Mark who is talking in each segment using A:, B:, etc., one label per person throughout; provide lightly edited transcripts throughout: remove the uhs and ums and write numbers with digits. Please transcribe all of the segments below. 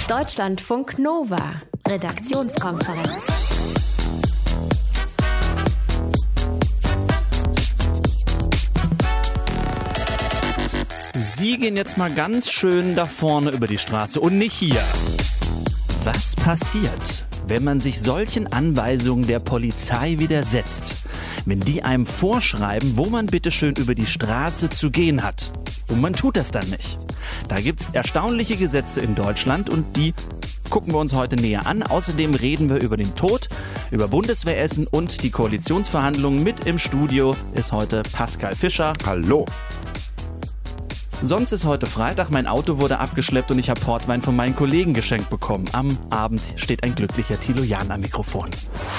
A: Deutschlandfunk Nova, Redaktionskonferenz.
B: Sie gehen jetzt mal ganz schön da vorne über die Straße und nicht hier. Was passiert, wenn man sich solchen Anweisungen der Polizei widersetzt? Wenn die einem vorschreiben, wo man bitteschön über die Straße zu gehen hat. Und man tut das dann nicht. Da gibt's erstaunliche Gesetze in Deutschland und die gucken wir uns heute näher an. Außerdem reden wir über den Tod, über Bundeswehressen und die Koalitionsverhandlungen. Mit im Studio ist heute Pascal Fischer.
C: Hallo.
B: Sonst ist heute Freitag, mein Auto wurde abgeschleppt und ich habe Portwein von meinen Kollegen geschenkt bekommen. Am Abend steht ein glücklicher Thilo Jahn am Mikrofon.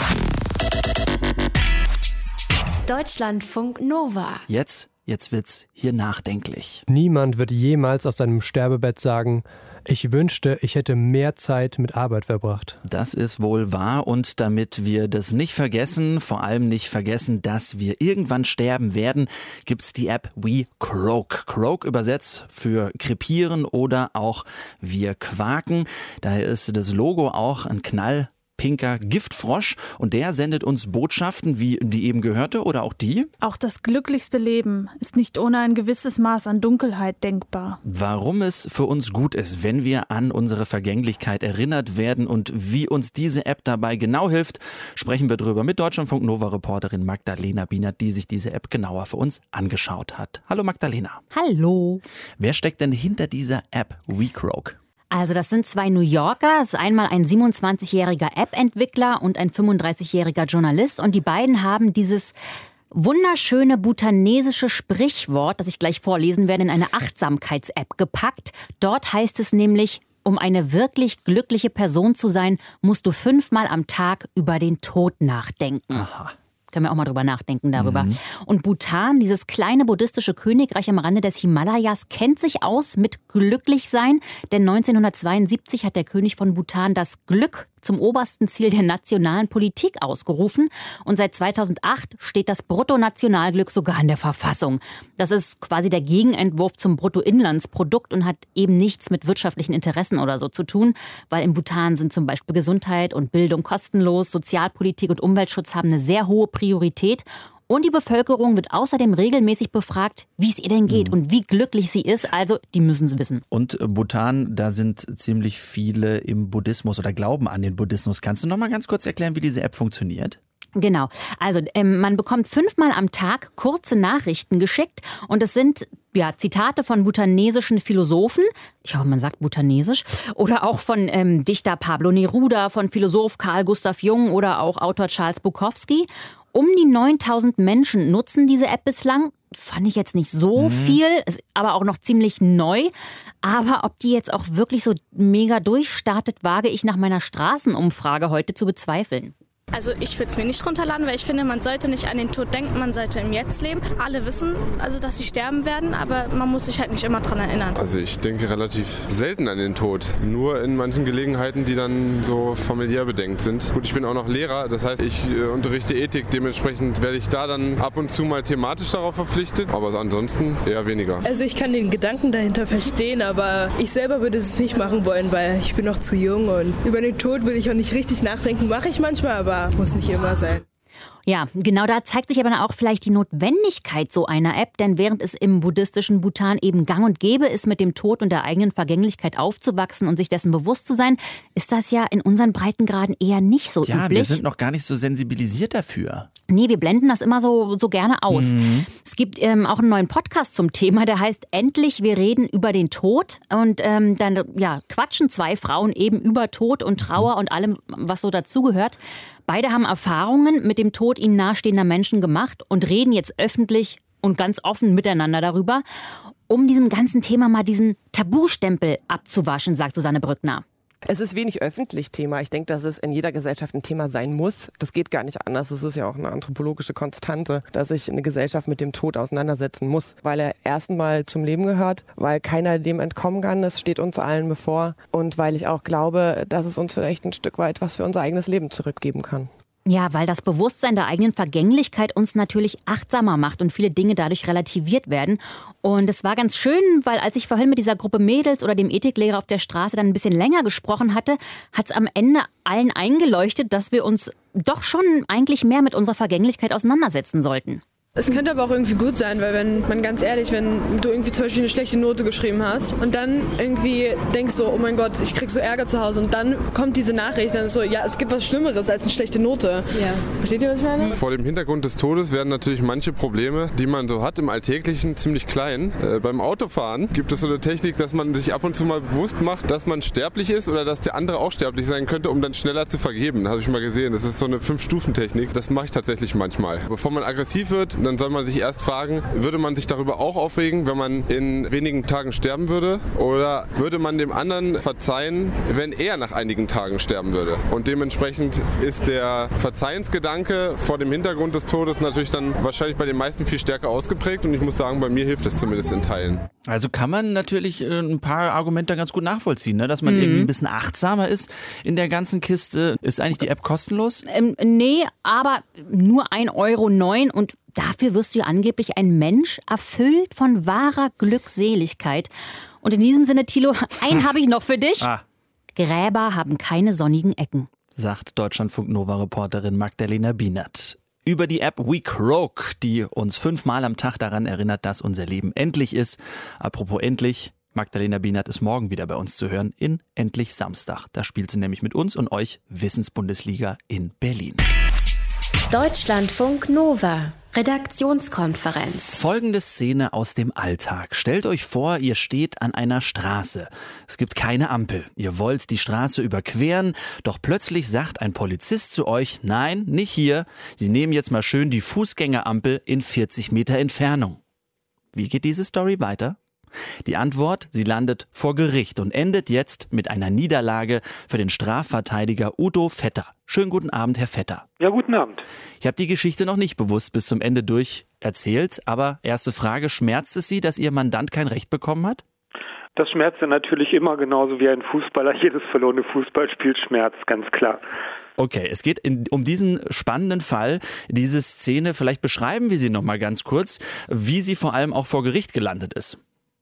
A: Deutschlandfunk Nova.
B: Jetzt wird's hier nachdenklich.
D: Niemand wird jemals auf seinem Sterbebett sagen, ich wünschte, ich hätte mehr Zeit mit Arbeit verbracht.
B: Das ist wohl wahr und damit wir das nicht vergessen, vor allem nicht vergessen, dass wir irgendwann sterben werden, gibt's die App We Croak. Croak übersetzt für krepieren oder auch wir quaken. Daher ist das Logo auch ein knallpinker Giftfrosch und der sendet uns Botschaften wie die eben gehörte oder auch die.
E: Auch das glücklichste Leben ist nicht ohne ein gewisses Maß an Dunkelheit denkbar.
B: Warum es für uns gut ist, wenn wir an unsere Vergänglichkeit erinnert werden und wie uns diese App dabei genau hilft, sprechen wir drüber mit Deutschlandfunk Nova-Reporterin Magdalena Bienert, die sich diese App genauer für uns angeschaut hat. Hallo Magdalena.
F: Hallo.
B: Wer steckt denn hinter dieser App We Croak?
F: Also das sind zwei New Yorker, es ist einmal ein 27-jähriger App-Entwickler und ein 35-jähriger Journalist und die beiden haben dieses wunderschöne bhutanesische Sprichwort, das ich gleich vorlesen werde, in eine Achtsamkeits-App gepackt. Dort heißt es nämlich, um eine wirklich glückliche Person zu sein, musst du 5-mal am Tag über den Tod nachdenken.
B: Aha.
F: Können wir auch mal drüber nachdenken darüber. Und Bhutan, dieses kleine buddhistische Königreich am Rande des Himalayas, kennt sich aus mit Glücklichsein. Denn 1972 hat der König von Bhutan das Glück zum obersten Ziel der nationalen Politik ausgerufen. Und seit 2008 steht das Bruttonationalglück sogar in der Verfassung. Das ist quasi der Gegenentwurf zum Bruttoinlandsprodukt und hat eben nichts mit wirtschaftlichen Interessen oder so zu tun. Weil in Bhutan sind zum Beispiel Gesundheit und Bildung kostenlos, Sozialpolitik und Umweltschutz haben eine sehr hohe Priorität. Und die Bevölkerung wird außerdem regelmäßig befragt, wie es ihr denn geht und wie glücklich sie ist. Also, die müssen es wissen.
B: Und Bhutan, da sind ziemlich viele im Buddhismus oder glauben an den Buddhismus. Kannst du noch mal ganz kurz erklären, wie diese App funktioniert?
F: Genau. Also man bekommt 5-mal am Tag kurze Nachrichten geschickt und es sind Zitate von bhutanesischen Philosophen, ich hoffe, man sagt bhutanesisch, oder auch von Dichter Pablo Neruda, von Philosoph Carl Gustav Jung oder auch Autor Charles Bukowski. Um die 9000 Menschen nutzen diese App bislang. Fand ich jetzt nicht so viel, ist aber auch noch ziemlich neu. Aber ob die jetzt auch wirklich so mega durchstartet, wage ich nach meiner Straßenumfrage heute zu bezweifeln.
E: Also ich würde es mir nicht runterladen, weil ich finde, man sollte nicht an den Tod denken, man sollte im Jetzt leben. Alle wissen, also dass sie sterben werden, aber man muss sich halt nicht immer dran erinnern.
C: Also ich denke relativ selten an den Tod. Nur in manchen Gelegenheiten, die dann so familiär bedenkt sind. Gut, ich bin auch noch Lehrer, das heißt, ich unterrichte Ethik. Dementsprechend werde ich da dann ab und zu mal thematisch darauf verpflichtet. Aber ansonsten eher weniger.
G: Also ich kann den Gedanken dahinter verstehen, aber ich selber würde es nicht machen wollen, weil ich bin noch zu jung. Und über den Tod will ich auch nicht richtig nachdenken. Mache ich manchmal, aber muss nicht immer sein.
F: Ja, genau da zeigt sich aber dann auch vielleicht die Notwendigkeit so einer App, denn während es im buddhistischen Bhutan eben gang und gäbe ist, mit dem Tod und der eigenen Vergänglichkeit aufzuwachsen und sich dessen bewusst zu sein, ist das ja in unseren Breitengraden eher nicht so üblich.
B: Ja, wir sind noch gar nicht so sensibilisiert dafür.
F: Nee, wir blenden das immer so gerne aus. Es gibt auch einen neuen Podcast zum Thema, der heißt Endlich, wir reden über den Tod. Und dann quatschen zwei Frauen eben über Tod und Trauer und allem, was so dazugehört. Beide haben Erfahrungen mit dem Tod ihnen nahestehender Menschen gemacht und reden jetzt öffentlich und ganz offen miteinander darüber, um diesem ganzen Thema mal diesen Tabustempel abzuwaschen, sagt Susanne Brückner.
H: Es ist wenig öffentlich Thema. Ich denke, dass es in jeder Gesellschaft ein Thema sein muss. Das geht gar nicht anders. Es ist ja auch eine anthropologische Konstante, dass sich eine Gesellschaft mit dem Tod auseinandersetzen muss, weil er erst einmal zum Leben gehört, weil keiner dem entkommen kann. Es steht uns allen bevor und weil ich auch glaube, dass es uns vielleicht ein Stück weit was für unser eigenes Leben zurückgeben kann.
F: Ja, weil das Bewusstsein der eigenen Vergänglichkeit uns natürlich achtsamer macht und viele Dinge dadurch relativiert werden. Und es war ganz schön, weil als ich vorhin mit dieser Gruppe Mädels oder dem Ethiklehrer auf der Straße dann ein bisschen länger gesprochen hatte, hat es am Ende allen eingeleuchtet, dass wir uns doch schon eigentlich mehr mit unserer Vergänglichkeit auseinandersetzen sollten.
G: Es könnte aber auch irgendwie gut sein, weil wenn du irgendwie zum Beispiel eine schlechte Note geschrieben hast und dann irgendwie denkst du, oh mein Gott, ich krieg so Ärger zu Hause und dann kommt diese Nachricht, dann ist so, ja, es gibt was Schlimmeres als eine schlechte Note. Ja. Versteht ihr, was ich meine?
C: Vor dem Hintergrund des Todes werden natürlich manche Probleme, die man so hat im Alltäglichen, ziemlich klein. Beim Autofahren gibt es so eine Technik, dass man sich ab und zu mal bewusst macht, dass man sterblich ist oder dass der andere auch sterblich sein könnte, um dann schneller zu vergeben. Das habe ich mal gesehen. Das ist so eine 5-Stufen-Technik. Das mache ich tatsächlich manchmal. Bevor man aggressiv wird, dann soll man sich erst fragen, würde man sich darüber auch aufregen, wenn man in wenigen Tagen sterben würde? Oder würde man dem anderen verzeihen, wenn er nach einigen Tagen sterben würde? Und dementsprechend ist der Verzeihensgedanke vor dem Hintergrund des Todes natürlich dann wahrscheinlich bei den meisten viel stärker ausgeprägt. Und ich muss sagen, bei mir hilft es zumindest in Teilen.
B: Also kann man natürlich ein paar Argumente ganz gut nachvollziehen, ne? Dass man irgendwie ein bisschen achtsamer ist in der ganzen Kiste. Ist eigentlich die App kostenlos?
F: Nee, aber nur 1,09 € und dafür wirst du ja angeblich ein Mensch erfüllt von wahrer Glückseligkeit. Und in diesem Sinne, Thilo, einen habe ich noch für dich. Gräber haben keine sonnigen Ecken,
B: sagt Deutschlandfunk-Nova-Reporterin Magdalena Bienert. Über die App WeCroak, die uns 5-mal am Tag daran erinnert, dass unser Leben endlich ist. Apropos endlich, Magdalena Bienert ist morgen wieder bei uns zu hören in Endlich Samstag. Da spielt sie nämlich mit uns und euch Wissensbundesliga in Berlin.
A: Deutschlandfunk Nova. Redaktionskonferenz.
B: Folgende Szene aus dem Alltag. Stellt euch vor, ihr steht an einer Straße. Es gibt keine Ampel. Ihr wollt die Straße überqueren, doch plötzlich sagt ein Polizist zu euch, nein, nicht hier. Sie nehmen jetzt mal schön die Fußgängerampel in 40 Meter Entfernung. Wie geht diese Story weiter? Die Antwort, sie landet vor Gericht und endet jetzt mit einer Niederlage für den Strafverteidiger Udo Vetter. Schönen guten Abend, Herr Vetter.
I: Ja, guten Abend.
B: Ich habe die Geschichte noch nicht bewusst bis zum Ende durch erzählt, aber erste Frage, schmerzt es Sie, dass Ihr Mandant kein Recht bekommen hat?
I: Das schmerzt natürlich immer, genauso wie ein Fußballer jedes verlorene Fußballspiel schmerzt, ganz klar.
B: Okay, es geht um diesen spannenden Fall, diese Szene. Vielleicht beschreiben wir sie noch mal ganz kurz, wie sie vor allem auch vor Gericht gelandet ist.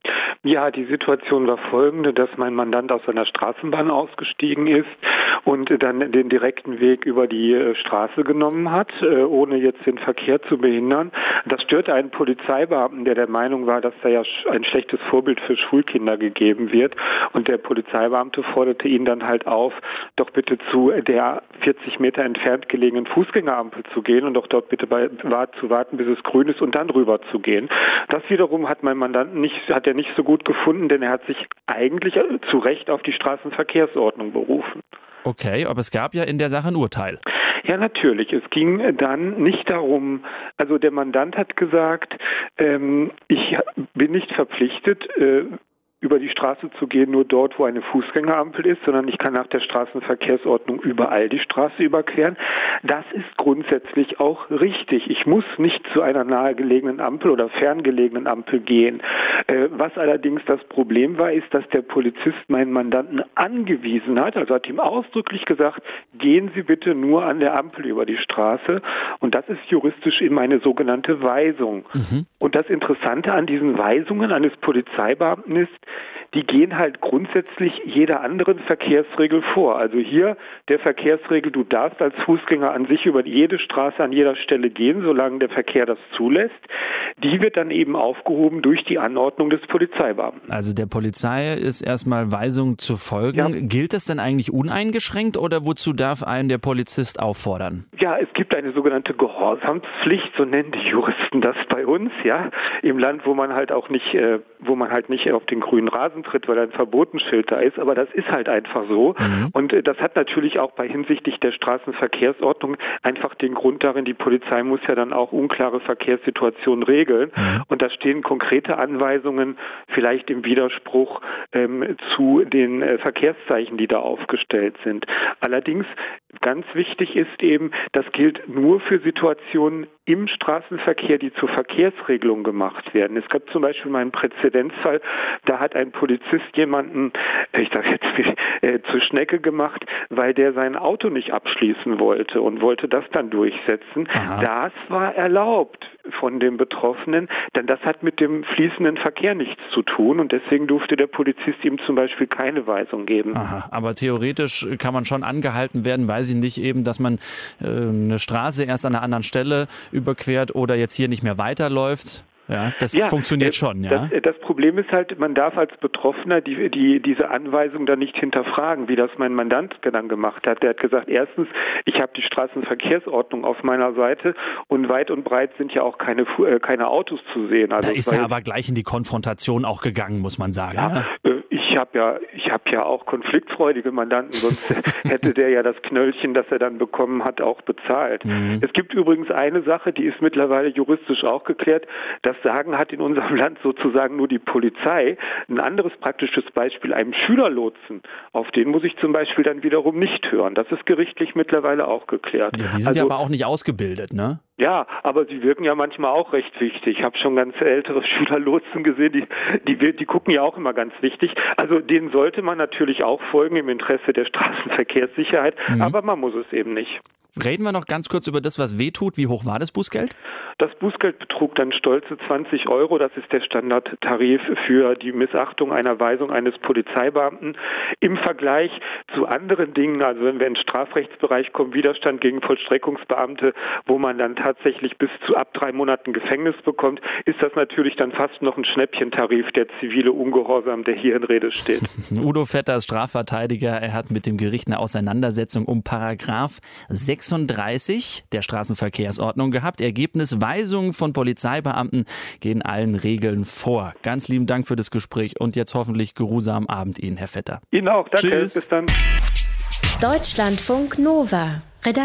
I: Ja, die Situation war folgende, dass mein Mandant aus einer Straßenbahn ausgestiegen ist und dann den direkten Weg über die Straße genommen hat, ohne jetzt den Verkehr zu behindern. Das störte einen Polizeibeamten, der Meinung war, dass da ja ein schlechtes Vorbild für Schulkinder gegeben wird. Und der Polizeibeamte forderte ihn dann halt auf, doch bitte zu der 40 Meter entfernt gelegenen Fußgängerampel zu gehen und doch dort bitte zu warten, bis es grün ist und dann rüber zu gehen. Das wiederum hat mein Mandant nicht so gut gefunden, denn er hat sich eigentlich zu Recht auf die Straßenverkehrsordnung berufen.
B: Okay, aber es gab ja in der Sache ein Urteil.
I: Ja, natürlich. Es ging dann nicht darum, also der Mandant hat gesagt, ich bin nicht verpflichtet, über die Straße zu gehen, nur dort, wo eine Fußgängerampel ist, sondern ich kann nach der Straßenverkehrsordnung überall die Straße überqueren. Das ist grundsätzlich auch richtig. Ich muss nicht zu einer nahegelegenen Ampel oder ferngelegenen Ampel gehen. Was allerdings das Problem war, ist, dass der Polizist meinen Mandanten angewiesen hat, also hat ihm ausdrücklich gesagt, gehen Sie bitte nur an der Ampel über die Straße. Und das ist juristisch eben eine sogenannte Weisung. Und das Interessante an diesen Weisungen eines Polizeibeamten ist, die gehen halt grundsätzlich jeder anderen Verkehrsregel vor. Also hier der Verkehrsregel, du darfst als Fußgänger an sich über jede Straße an jeder Stelle gehen, solange der Verkehr das zulässt. Die wird dann eben aufgehoben durch die Anordnung des Polizeibeamten.
B: Also der Polizei ist erstmal Weisung zu folgen. Ja. Gilt das denn eigentlich uneingeschränkt oder wozu darf einen der Polizist auffordern?
I: Ja, es gibt eine sogenannte Gehorsamspflicht, so nennen die Juristen das bei uns, ja, im Land, wo man halt nicht auf den grünen Rasen tritt, weil ein Verbotenschild da ist, aber das ist halt einfach so. Und das hat natürlich auch hinsichtlich der Straßenverkehrsordnung einfach den Grund darin, die Polizei muss ja dann auch unklare Verkehrssituationen regeln. Und da stehen konkrete Anweisungen, vielleicht im Widerspruch zu den Verkehrszeichen, die da aufgestellt sind. Allerdings Ganz wichtig ist eben, das gilt nur für Situationen im Straßenverkehr, die zur Verkehrsregelung gemacht werden. Es gab zum Beispiel mal einen Präzedenzfall, da hat ein Polizist jemanden, ich sage jetzt zur Schnecke gemacht, weil der sein Auto nicht abschließen wollte und wollte das dann durchsetzen. Aha. Das war erlaubt von dem Betroffenen, denn das hat mit dem fließenden Verkehr nichts zu tun und deswegen durfte der Polizist ihm zum Beispiel keine Weisung geben.
B: Aha, aber theoretisch kann man schon angehalten werden, weiß ich nicht eben, dass man eine Straße erst an einer anderen Stelle überquert oder jetzt hier nicht mehr weiterläuft. Ja, das funktioniert schon, ja.
I: Das Problem ist halt, man darf als Betroffener diese Anweisung dann nicht hinterfragen, wie das mein Mandant dann gemacht hat. Der hat gesagt, erstens, ich habe die Straßenverkehrsordnung auf meiner Seite und weit und breit sind ja auch keine Autos zu sehen. Also
B: da ist er aber gleich in die Konfrontation auch gegangen, muss man sagen.
I: Ja, ich habe ja auch konfliktfreudige Mandanten, sonst hätte der ja das Knöllchen, das er dann bekommen hat, auch bezahlt. Mhm. Es gibt übrigens eine Sache, die ist mittlerweile juristisch auch geklärt. Das Sagen hat in unserem Land sozusagen nur die Polizei. Ein anderes praktisches Beispiel, einem Schülerlotsen, auf den muss ich zum Beispiel dann wiederum nicht hören. Das ist gerichtlich mittlerweile auch geklärt.
B: Ja, die sind ja aber auch nicht ausgebildet, ne?
I: Ja, aber sie wirken ja manchmal auch recht wichtig. Ich habe schon ganz ältere Schülerlotsen gesehen, die gucken ja auch immer ganz wichtig. Also denen sollte man natürlich auch folgen im Interesse der Straßenverkehrssicherheit, aber man muss es eben nicht.
B: Reden wir noch ganz kurz über das, was wehtut. Wie hoch war das Bußgeld?
I: Das Bußgeld betrug dann stolze 20 €. Das ist der Standardtarif für die Missachtung einer Weisung eines Polizeibeamten. Im Vergleich zu anderen Dingen, also wenn wir in den Strafrechtsbereich kommen, Widerstand gegen Vollstreckungsbeamte, wo man dann tatsächlich bis zu ab 3 Monaten Gefängnis bekommt, ist das natürlich dann fast noch ein Schnäppchentarif, der zivile Ungehorsam, der hier in Rede steht.
B: Udo Vetter ist Strafverteidiger. Er hat mit dem Gericht eine Auseinandersetzung um Paragraph 36 der Straßenverkehrsordnung gehabt. Ergebnis: Weisungen von Polizeibeamten gehen allen Regeln vor. Ganz lieben Dank für das Gespräch und jetzt hoffentlich geruhsamen Abend Ihnen, Herr Vetter.
I: Ihnen auch, danke.
B: Tschüss.
I: Bis dann.
A: Deutschlandfunk Nova,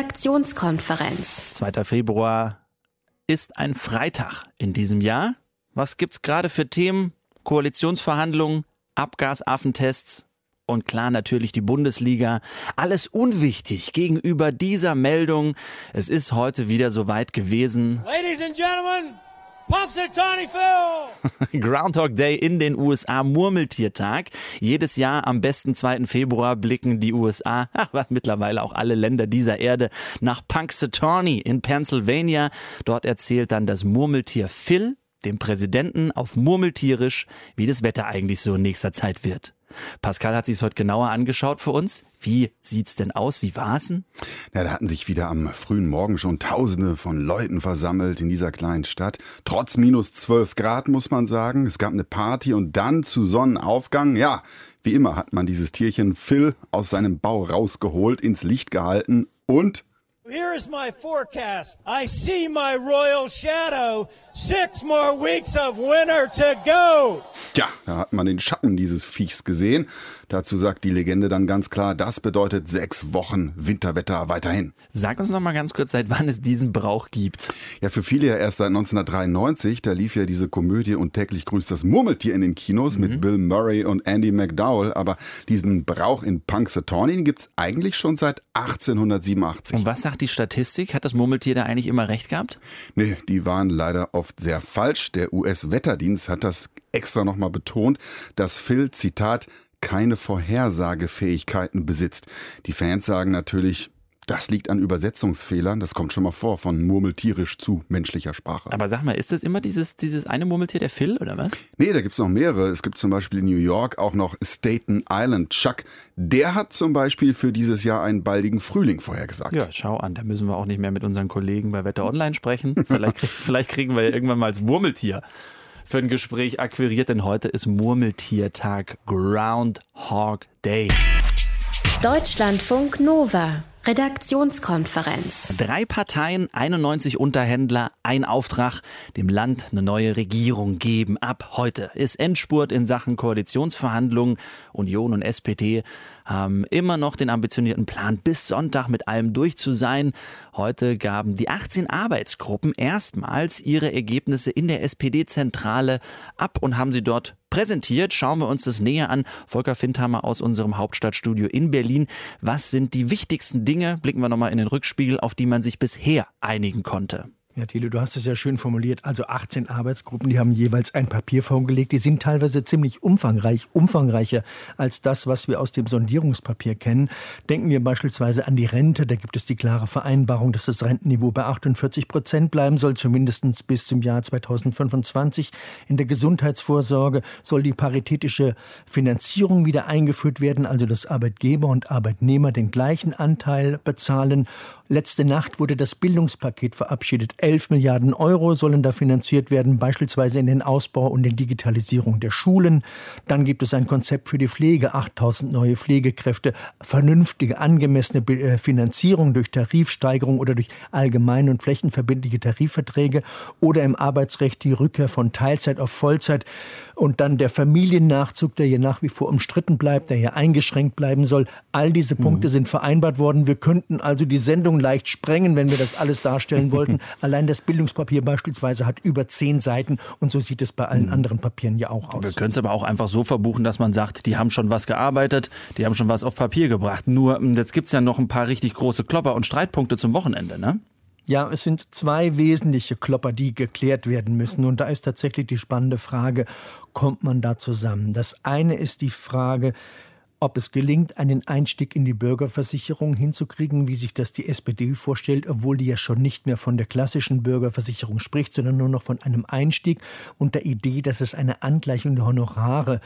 A: Redaktionskonferenz.
B: 2. Februar ist ein Freitag in diesem Jahr. Was gibt's gerade für Themen? Koalitionsverhandlungen, Abgasaffentests und klar natürlich die Bundesliga. Alles unwichtig gegenüber dieser Meldung. Es ist heute wieder soweit gewesen.
J: Ladies and Gentlemen, Punxsutawney Phil!
B: Groundhog Day in den USA, Murmeltiertag. Jedes Jahr am besten 2. Februar blicken die USA, mittlerweile auch alle Länder dieser Erde, nach Punxsutawney in Pennsylvania. Dort erzählt dann das Murmeltier Phil dem Präsidenten auf Murmeltierisch, wie das Wetter eigentlich so in nächster Zeit wird. Pascal hat sich es heute genauer angeschaut für uns. Wie sieht's denn aus? Wie war's denn?
K: Ja, da hatten sich wieder am frühen Morgen schon Tausende von Leuten versammelt in dieser kleinen Stadt. Trotz minus 12 Grad, muss man sagen. Es gab eine Party und dann zu Sonnenaufgang. Ja, wie immer hat man dieses Tierchen Phil aus seinem Bau rausgeholt, ins Licht gehalten und...
J: Here is my forecast. I see my royal shadow. 6 more weeks of winter to go.
K: Tja, da hat man den Schatten dieses Viechs gesehen. Dazu sagt die Legende dann ganz klar, das bedeutet 6 Wochen Winterwetter weiterhin.
B: Sag uns noch mal ganz kurz, seit wann es diesen Brauch gibt.
K: Ja, für viele ja erst seit 1993. Da lief ja diese Komödie Und täglich grüßt das Murmeltier in den Kinos mit Bill Murray und Andy McDowell. Aber diesen Brauch in Punxsutawney gibt's eigentlich schon seit 1887.
B: Und was sagt die Statistik? Hat das Murmeltier da eigentlich immer recht gehabt?
K: Nee, die waren leider oft sehr falsch. Der US-Wetterdienst hat das extra nochmal betont, dass Phil, Zitat, keine Vorhersagefähigkeiten besitzt. Die Fans sagen natürlich, das liegt an Übersetzungsfehlern. Das kommt schon mal vor, von murmeltierisch zu menschlicher Sprache.
B: Aber sag mal, ist das immer dieses eine Murmeltier, der Phil, oder was?
K: Nee, da gibt's noch mehrere. Es gibt zum Beispiel in New York auch noch Staten Island Chuck. Der hat zum Beispiel für dieses Jahr einen baldigen Frühling vorhergesagt.
B: Ja, schau an, da müssen wir auch nicht mehr mit unseren Kollegen bei Wetter Online sprechen. Vielleicht kriegen wir ja irgendwann mal als Murmeltier für ein Gespräch akquiriert, denn heute ist Murmeltiertag, Groundhog Day.
A: Deutschlandfunk Nova, Redaktionskonferenz.
B: 3 Parteien, 91 Unterhändler, ein Auftrag, dem Land eine neue Regierung geben. Ab heute ist Endspurt in Sachen Koalitionsverhandlungen. Union und SPD haben immer noch den ambitionierten Plan, bis Sonntag mit allem durch zu sein. Heute gaben die 18 Arbeitsgruppen erstmals ihre Ergebnisse in der SPD-Zentrale ab und haben sie dort präsentiert. Schauen wir uns das näher an. Volker Findhammer aus unserem Hauptstadtstudio in Berlin. Was sind die wichtigsten Dinge, blicken wir nochmal in den Rückspiegel, auf die man sich bisher einigen konnte?
L: Ja, Thilo, du hast es ja schön formuliert. Also 18 Arbeitsgruppen, die haben jeweils ein Papier vorgelegt. Die sind teilweise ziemlich umfangreicher als das, was wir aus dem Sondierungspapier kennen. Denken wir beispielsweise an die Rente. Da gibt es die klare Vereinbarung, dass das Rentenniveau bei 48% bleiben soll, zumindest bis zum Jahr 2025. In der Gesundheitsvorsorge soll die paritätische Finanzierung wieder eingeführt werden, also dass Arbeitgeber und Arbeitnehmer den gleichen Anteil bezahlen. Letzte Nacht wurde das Bildungspaket verabschiedet. 11 Milliarden Euro sollen da finanziert werden, beispielsweise in den Ausbau und in Digitalisierung der Schulen. Dann gibt es ein Konzept für die Pflege, 8.000 neue Pflegekräfte, vernünftige, angemessene Finanzierung durch Tarifsteigerung oder durch allgemeine und flächenverbindliche Tarifverträge oder im Arbeitsrecht die Rückkehr von Teilzeit auf Vollzeit und dann der Familiennachzug, der hier nach wie vor umstritten bleibt, der hier eingeschränkt bleiben soll. All diese Punkte sind vereinbart worden. Wir könnten also die Sendung leicht sprengen, wenn wir das alles darstellen wollten. Allein das Bildungspapier beispielsweise hat über 10 Seiten und so sieht es bei allen anderen Papieren ja auch aus.
B: Wir können es aber auch einfach so verbuchen, dass man sagt, die haben schon was gearbeitet, die haben schon was auf Papier gebracht. Nur jetzt gibt es ja noch ein paar richtig große Klopper und Streitpunkte zum Wochenende, ne?
L: Ja, es sind 2 wesentliche Klopper, die geklärt werden müssen. Und da ist tatsächlich die spannende Frage, kommt man da zusammen? Das eine ist die Frage, ob es gelingt, einen Einstieg in die Bürgerversicherung hinzukriegen, wie sich das die SPD vorstellt, obwohl die ja schon nicht mehr von der klassischen Bürgerversicherung spricht, sondern nur noch von einem Einstieg und der Idee, dass es eine Angleichung der Honorare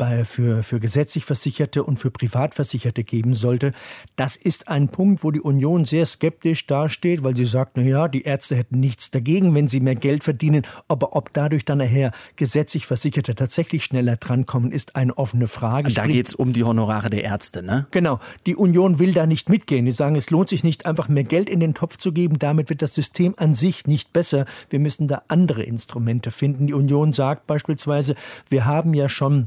L: für gesetzlich Versicherte und für Privatversicherte geben sollte. Das ist ein Punkt, wo die Union sehr skeptisch dasteht, weil sie sagt, naja, die Ärzte hätten nichts dagegen, wenn sie mehr Geld verdienen, aber ob dadurch dann nachher gesetzlich Versicherte tatsächlich schneller drankommen, ist eine offene Frage.
B: Da geht es um die Honorare der Ärzte, ne?
L: Genau. Die Union will da nicht mitgehen. Die sagen, es lohnt sich nicht, einfach mehr Geld in den Topf zu geben. Damit wird das System an sich nicht besser. Wir müssen da andere Instrumente finden. Die Union sagt beispielsweise, wir haben ja schon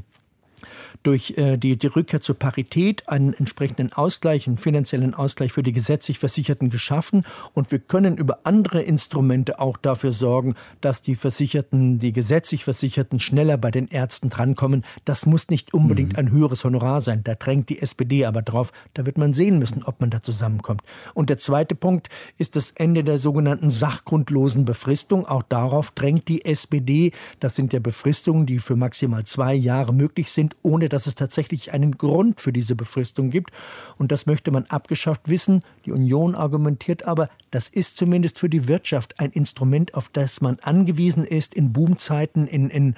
L: durch die Rückkehr zur Parität einen entsprechenden Ausgleich, einen finanziellen Ausgleich für die gesetzlich Versicherten geschaffen. Und wir können über andere Instrumente auch dafür sorgen, dass die Versicherten, die gesetzlich Versicherten schneller bei den Ärzten drankommen. Das muss nicht unbedingt ein höheres Honorar sein. Da drängt die SPD aber drauf. Da wird man sehen müssen, ob man da zusammenkommt. Und der zweite Punkt ist das Ende der sogenannten sachgrundlosen Befristung. Auch darauf drängt die SPD. Das sind ja Befristungen, die für maximal 2 Jahre möglich sind, ohne dass es tatsächlich einen Grund für diese Befristung gibt. Und das möchte man abgeschafft wissen. Die Union argumentiert aber, das ist zumindest für die Wirtschaft ein Instrument, auf das man angewiesen ist in Boomzeiten, in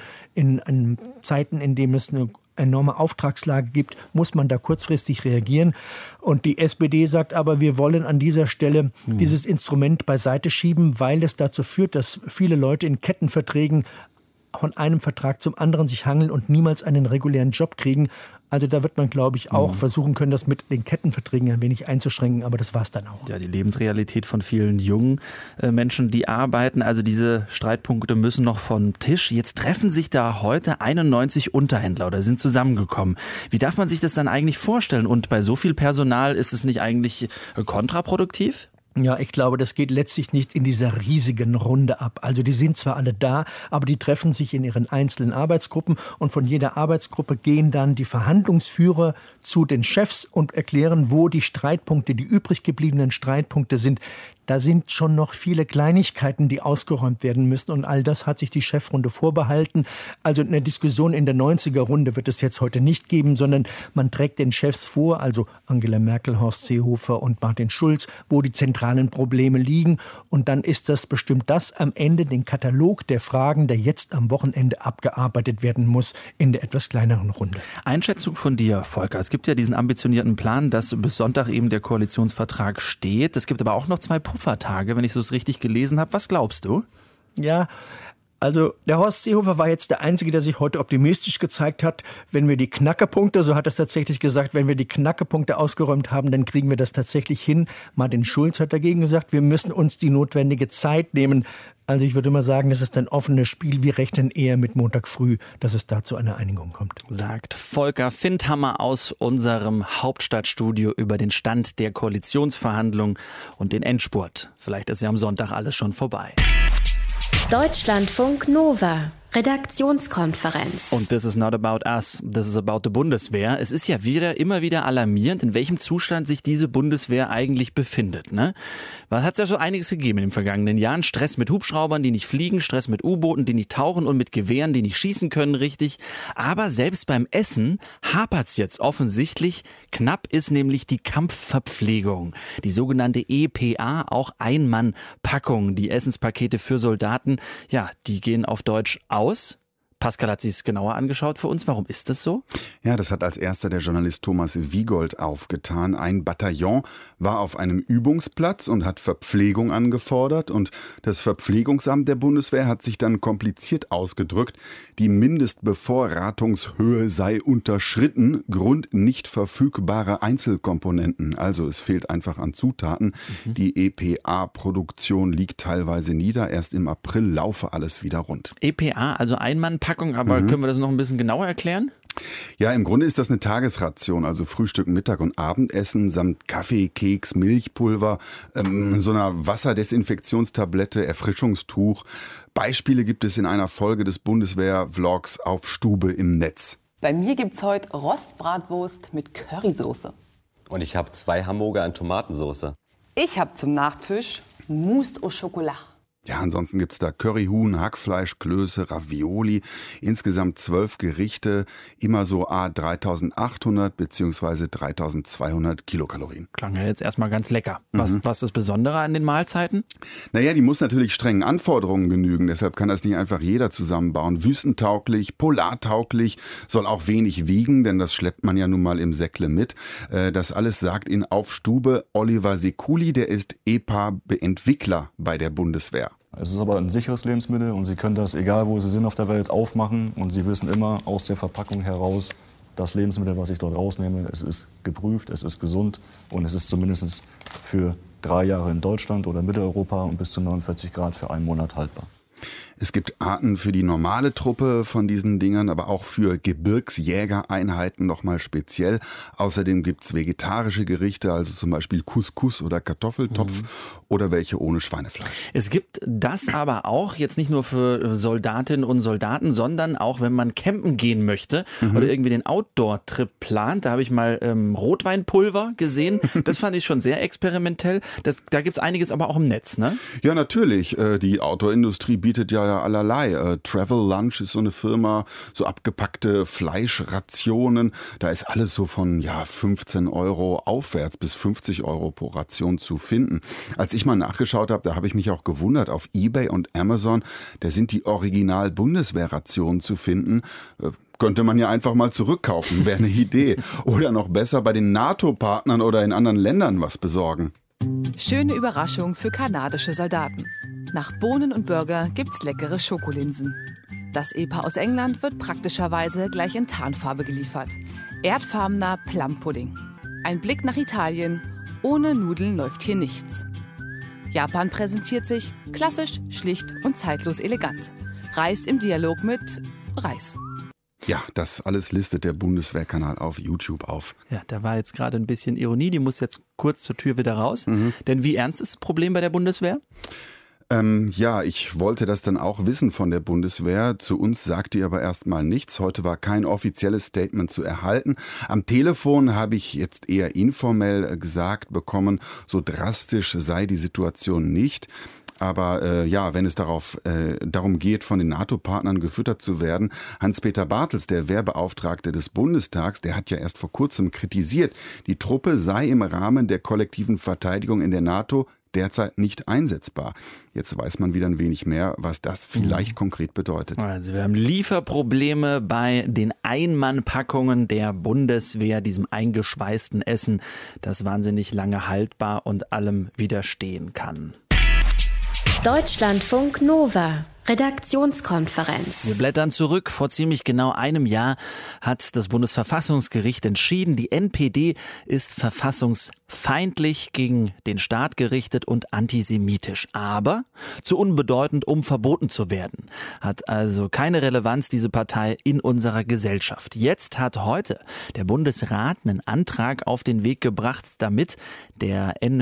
L: Zeiten, in denen es eine enorme Auftragslage gibt, muss man da kurzfristig reagieren. Und die SPD sagt aber, wir wollen an dieser Stelle dieses Instrument beiseite schieben, weil es dazu führt, dass viele Leute in Kettenverträgen von einem Vertrag zum anderen sich hangeln und niemals einen regulären Job kriegen. Also da wird man, glaube ich, auch versuchen können, das mit den Kettenverträgen ein wenig einzuschränken, aber das war es dann auch.
B: Ja, die Lebensrealität von vielen jungen Menschen, die arbeiten, also diese Streitpunkte müssen noch vom Tisch. Jetzt treffen sich da heute 91 Unterhändler oder sind zusammengekommen. Wie darf man sich das dann eigentlich vorstellen? Und bei so viel Personal ist es nicht eigentlich kontraproduktiv?
L: Ja, ich glaube, das geht letztlich nicht in dieser riesigen Runde ab. Also die sind zwar alle da, aber die treffen sich in ihren einzelnen Arbeitsgruppen und von jeder Arbeitsgruppe gehen dann die Verhandlungsführer zu den Chefs und erklären, wo die Streitpunkte, die übrig gebliebenen Streitpunkte sind. Da sind schon noch viele Kleinigkeiten, die ausgeräumt werden müssen und all das hat sich die Chefrunde vorbehalten. Also eine Diskussion in der 90er-Runde wird es jetzt heute nicht geben, sondern man trägt den Chefs vor, also Angela Merkel, Horst Seehofer und Martin Schulz, wo die zentralen Probleme liegen und dann ist das bestimmt das am Ende den Katalog der Fragen, der jetzt am Wochenende abgearbeitet werden muss, in der etwas kleineren Runde.
B: Einschätzung von dir, Volker. Es gibt ja diesen ambitionierten Plan, dass bis Sonntag eben der Koalitionsvertrag steht. Es gibt aber auch noch 2 Puffertage, wenn ich so es richtig gelesen habe. Was glaubst du?
L: Ja, also der Horst Seehofer war jetzt der Einzige, der sich heute optimistisch gezeigt hat. Wenn wir die Knackepunkte, so hat er es tatsächlich gesagt, wenn wir die Knackepunkte ausgeräumt haben, dann kriegen wir das tatsächlich hin. Martin Schulz hat dagegen gesagt, wir müssen uns die notwendige Zeit nehmen. Also ich würde mal sagen, das ist ein offenes Spiel. Wir rechnen eher mit Montag früh, dass es da zu einer Einigung kommt.
B: Sagt Volker Findhammer aus unserem Hauptstadtstudio über den Stand der Koalitionsverhandlungen und den Endspurt. Vielleicht ist ja am Sonntag alles schon vorbei.
A: Deutschlandfunk Nova Redaktionskonferenz.
B: Und this is not about us, this is about the Bundeswehr. Es ist ja immer wieder alarmierend, in welchem Zustand sich diese Bundeswehr eigentlich befindet. Ne? Was hat es ja so einiges gegeben in den vergangenen Jahren? Stress mit Hubschraubern, die nicht fliegen, Stress mit U-Booten, die nicht tauchen und mit Gewehren, die nicht schießen können richtig. Aber selbst beim Essen hapert's jetzt offensichtlich. Knapp ist nämlich die Kampfverpflegung. Die sogenannte EPA, auch Einmannpackung. Die Essenspakete für Soldaten, ja, die gehen auf Deutsch aus. Pascal hat sich es genauer angeschaut für uns. Warum ist das so?
K: Ja, das hat als erster der Journalist Thomas Wiegold aufgetan. Ein Bataillon war auf einem Übungsplatz und hat Verpflegung angefordert. Und das Verpflegungsamt der Bundeswehr hat sich dann kompliziert ausgedrückt. Die Mindestbevorratungshöhe sei unterschritten. Grund nicht verfügbare Einzelkomponenten. Also es fehlt einfach an Zutaten. Die EPA-Produktion liegt teilweise nieder. Erst im April laufe alles wieder rund.
B: EPA, also Einmannpackung, aber können wir das noch ein bisschen genauer erklären?
K: Ja, im Grunde ist das eine Tagesration, also Frühstück, Mittag und Abendessen samt Kaffee, Keks, Milchpulver, so einer Wasserdesinfektionstablette, Erfrischungstuch. Beispiele gibt es in einer Folge des Bundeswehr-Vlogs auf Stube im Netz.
M: Bei mir gibt's heute Rostbratwurst mit Currysoße.
N: Und ich habe 2 Hamburger in Tomatensoße.
M: Ich habe zum Nachtisch Mousse au Chocolat.
K: Ja, ansonsten gibt's da Curryhuhn, Hackfleisch, Klöße, Ravioli, insgesamt 12 Gerichte, immer so 3.800 bzw. 3.200 Kilokalorien.
B: Klang ja jetzt erstmal ganz lecker. Was ist das Besondere an den Mahlzeiten?
K: Naja, die muss natürlich strengen Anforderungen genügen, deshalb kann das nicht einfach jeder zusammenbauen. Wüstentauglich, polartauglich, soll auch wenig wiegen, denn das schleppt man ja nun mal im Säckle mit. Das alles sagt in Auf Stube Oliver Sekuli, der ist EPA-Entwickler bei der Bundeswehr.
O: Es ist aber ein sicheres Lebensmittel und Sie können das, egal wo Sie sind auf der Welt, aufmachen und Sie wissen immer aus der Verpackung heraus, das Lebensmittel, was ich dort rausnehme, es ist geprüft, es ist gesund und es ist zumindest für 3 Jahre in Deutschland oder Mitteleuropa und bis zu 49 Grad für 1 Monat haltbar.
K: Es gibt Arten für die normale Truppe von diesen Dingern, aber auch für Gebirgsjägereinheiten nochmal speziell. Außerdem gibt's vegetarische Gerichte, also zum Beispiel Couscous oder Kartoffeltopf oder welche ohne Schweinefleisch.
B: Es gibt das aber auch jetzt nicht nur für Soldatinnen und Soldaten, sondern auch, wenn man campen gehen möchte oder irgendwie den Outdoor-Trip plant. Da habe ich mal Rotweinpulver gesehen. Das fand ich schon sehr experimentell. Da gibt's einiges aber auch im Netz, ne?
K: Ja, natürlich. Die Outdoor-Industrie bietet ja allerlei. Travel Lunch ist so eine Firma, so abgepackte Fleischrationen. Da ist alles so von 15 € aufwärts bis 50 € pro Ration zu finden. Als ich mal nachgeschaut habe, da habe ich mich auch gewundert, auf eBay und Amazon, da sind die Original-Bundeswehr-Rationen zu finden. Könnte man ja einfach mal zurückkaufen, wäre eine Idee. Oder noch besser bei den NATO-Partnern oder in anderen Ländern was besorgen.
P: Schöne Überraschung für kanadische Soldaten. Nach Bohnen und Burger gibt's leckere Schokolinsen. Das EPA aus England wird praktischerweise gleich in Tarnfarbe geliefert. Erdfarbener Plum-Pudding. Ein Blick nach Italien. Ohne Nudeln läuft hier nichts. Japan präsentiert sich klassisch, schlicht und zeitlos elegant. Reis im Dialog mit Reis.
K: Ja, das alles listet der Bundeswehrkanal auf YouTube auf.
B: Ja, da war jetzt gerade ein bisschen Ironie, die muss jetzt kurz zur Tür wieder raus. Denn wie ernst ist das Problem bei der Bundeswehr?
K: Ja, ich wollte das dann auch wissen von der Bundeswehr. Zu uns sagt die aber erstmal nichts. Heute war kein offizielles Statement zu erhalten. Am Telefon habe ich jetzt eher informell gesagt bekommen, so drastisch sei die Situation nicht. Aber wenn es darum geht, von den NATO-Partnern gefüttert zu werden, Hans-Peter Bartels, der Wehrbeauftragte des Bundestags, der hat ja erst vor kurzem kritisiert, die Truppe sei im Rahmen der kollektiven Verteidigung in der NATO derzeit nicht einsetzbar. Jetzt weiß man wieder ein wenig mehr, was das vielleicht konkret bedeutet.
B: Also wir haben Lieferprobleme bei den Einmannpackungen der Bundeswehr, diesem eingeschweißten Essen, das wahnsinnig lange haltbar und allem widerstehen kann.
A: Deutschlandfunk Nova. Redaktionskonferenz.
B: Wir blättern zurück. Vor ziemlich genau einem Jahr hat das Bundesverfassungsgericht entschieden, die NPD ist verfassungsfeindlich, gegen den Staat gerichtet und antisemitisch. Aber zu unbedeutend, um verboten zu werden. Hat also keine Relevanz, diese Partei in unserer Gesellschaft. Jetzt hat heute der Bundesrat einen Antrag auf den Weg gebracht, damit der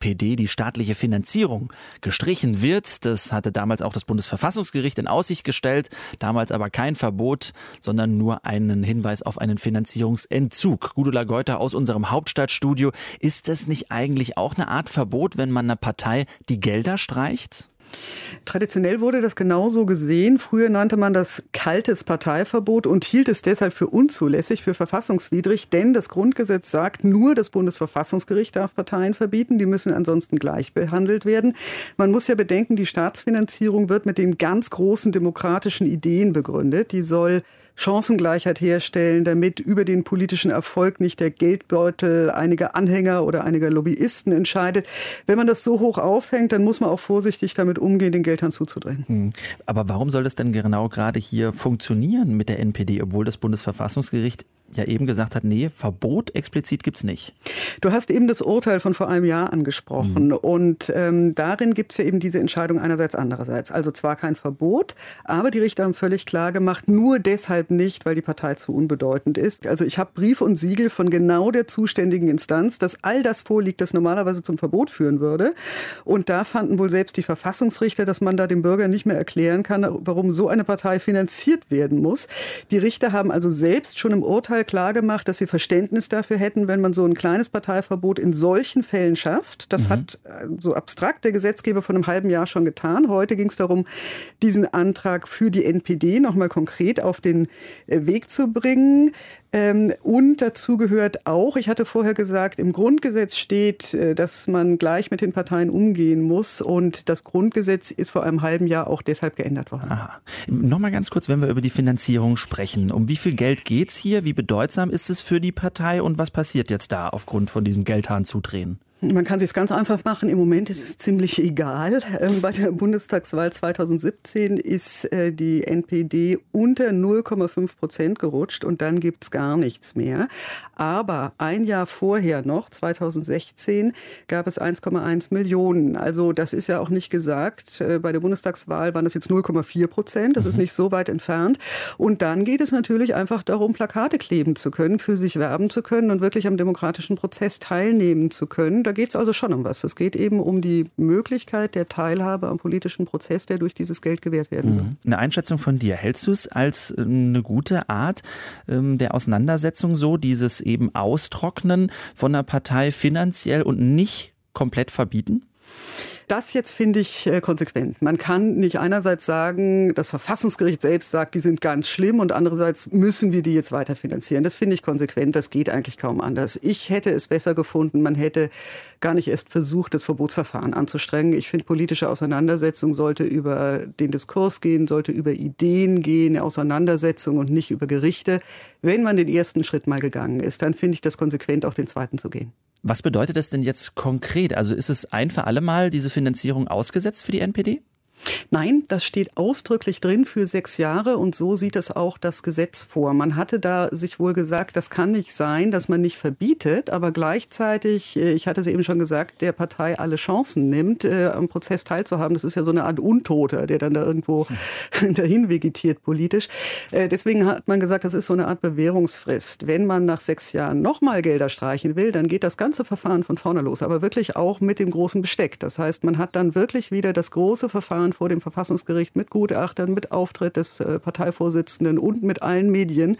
B: NPD die staatliche Finanzierung gestrichen wird. Das hatte damals auch das Bundesverfassungsgericht in Aussicht gestellt. Damals aber kein Verbot, sondern nur einen Hinweis auf einen Finanzierungsentzug. Gudula Geuter aus unserem Hauptstadtstudio. Ist das nicht eigentlich auch eine Art Verbot, wenn man einer Partei die Gelder streicht?
Q: Traditionell wurde das genauso gesehen. Früher nannte man das kaltes Parteiverbot und hielt es deshalb für unzulässig, für verfassungswidrig, denn das Grundgesetz sagt, nur das Bundesverfassungsgericht darf Parteien verbieten, die müssen ansonsten gleich behandelt werden. Man muss ja bedenken, die Staatsfinanzierung wird mit den ganz großen demokratischen Ideen begründet. Die soll Chancengleichheit herstellen, damit über den politischen Erfolg nicht der Geldbeutel einiger Anhänger oder einiger Lobbyisten entscheidet. Wenn man das so hoch aufhängt, dann muss man auch vorsichtig damit umgehen, den Geldhahn zuzudrehen.
B: Aber warum soll das denn genau gerade hier funktionieren mit der NPD, obwohl das Bundesverfassungsgericht ja eben gesagt hat, nee, Verbot explizit gibt's nicht.
Q: Du hast eben das Urteil von vor einem Jahr angesprochen und darin gibt es ja eben diese Entscheidung einerseits, andererseits. Also zwar kein Verbot, aber die Richter haben völlig klar gemacht, nur deshalb nicht, weil die Partei zu unbedeutend ist. Also ich habe Brief und Siegel von genau der zuständigen Instanz, dass all das vorliegt, das normalerweise zum Verbot führen würde. Und da fanden wohl selbst die Verfassungsrichter, dass man da dem Bürger nicht mehr erklären kann, warum so eine Partei finanziert werden muss. Die Richter haben also selbst schon im Urteil klar gemacht, dass sie Verständnis dafür hätten, wenn man so ein kleines Parteiverbot in solchen Fällen schafft. Das hat so abstrakt der Gesetzgeber vor einem halben Jahr schon getan. Heute ging es darum, diesen Antrag für die NPD nochmal konkret auf den Weg zu bringen. Und dazu gehört auch, ich hatte vorher gesagt, im Grundgesetz steht, dass man gleich mit den Parteien umgehen muss. Und das Grundgesetz ist vor einem halben Jahr auch deshalb geändert worden.
B: Aha. Nochmal ganz kurz, wenn wir über die Finanzierung sprechen. Um wie viel Geld geht's hier? Wie bedeutsam ist es für die Partei? Und was passiert jetzt da aufgrund von diesem Geldhahn zudrehen?
Q: Man kann es sich ganz einfach machen. Im Moment ist es ziemlich egal. Bei der Bundestagswahl 2017 ist die NPD unter 0,5% gerutscht und dann gibt es gar nichts mehr. Aber ein Jahr vorher noch, 2016, gab es 1,1 Millionen. Also das ist ja auch nicht gesagt. Bei der Bundestagswahl waren das jetzt 0,4%. Das ist nicht so weit entfernt. Und dann geht es natürlich einfach darum, Plakate kleben zu können, für sich werben zu können und wirklich am demokratischen Prozess teilnehmen zu können. Da geht es also schon um was. Es geht eben um die Möglichkeit der Teilhabe am politischen Prozess, der durch dieses Geld gewährt werden soll.
B: Eine Einschätzung von dir. Hältst du es als eine gute Art der Auseinandersetzung so, dieses eben Austrocknen von einer Partei finanziell und nicht komplett verbieten?
Q: Das jetzt finde ich konsequent. Man kann nicht einerseits sagen, das Verfassungsgericht selbst sagt, die sind ganz schlimm und andererseits müssen wir die jetzt weiter finanzieren. Das finde ich konsequent. Das geht eigentlich kaum anders. Ich hätte es besser gefunden, man hätte gar nicht erst versucht, das Verbotsverfahren anzustrengen. Ich finde, politische Auseinandersetzung sollte über den Diskurs gehen, sollte über Ideen gehen, eine Auseinandersetzung und nicht über Gerichte. Wenn man den ersten Schritt mal gegangen ist, dann finde ich das konsequent, auch den zweiten zu gehen.
B: Was bedeutet das denn jetzt konkret? Also ist es ein für alle Mal diese Finanzierung ausgesetzt für die NPD?
Q: Nein, das steht ausdrücklich drin für 6 Jahre und so sieht es auch das Gesetz vor. Man hatte da sich wohl gesagt, das kann nicht sein, dass man nicht verbietet, aber gleichzeitig, ich hatte es eben schon gesagt, der Partei alle Chancen nimmt, am Prozess teilzuhaben. Das ist ja so eine Art Untoter, der dann da irgendwo dahin vegetiert politisch. Deswegen hat man gesagt, das ist so eine Art Bewährungsfrist. Wenn man nach 6 Jahren nochmal Gelder streichen will, dann geht das ganze Verfahren von vorne los, aber wirklich auch mit dem großen Besteck. Das heißt, man hat dann wirklich wieder das große Verfahren vor dem Verfassungsgericht mit Gutachtern, mit Auftritt des Parteivorsitzenden und mit allen Medien.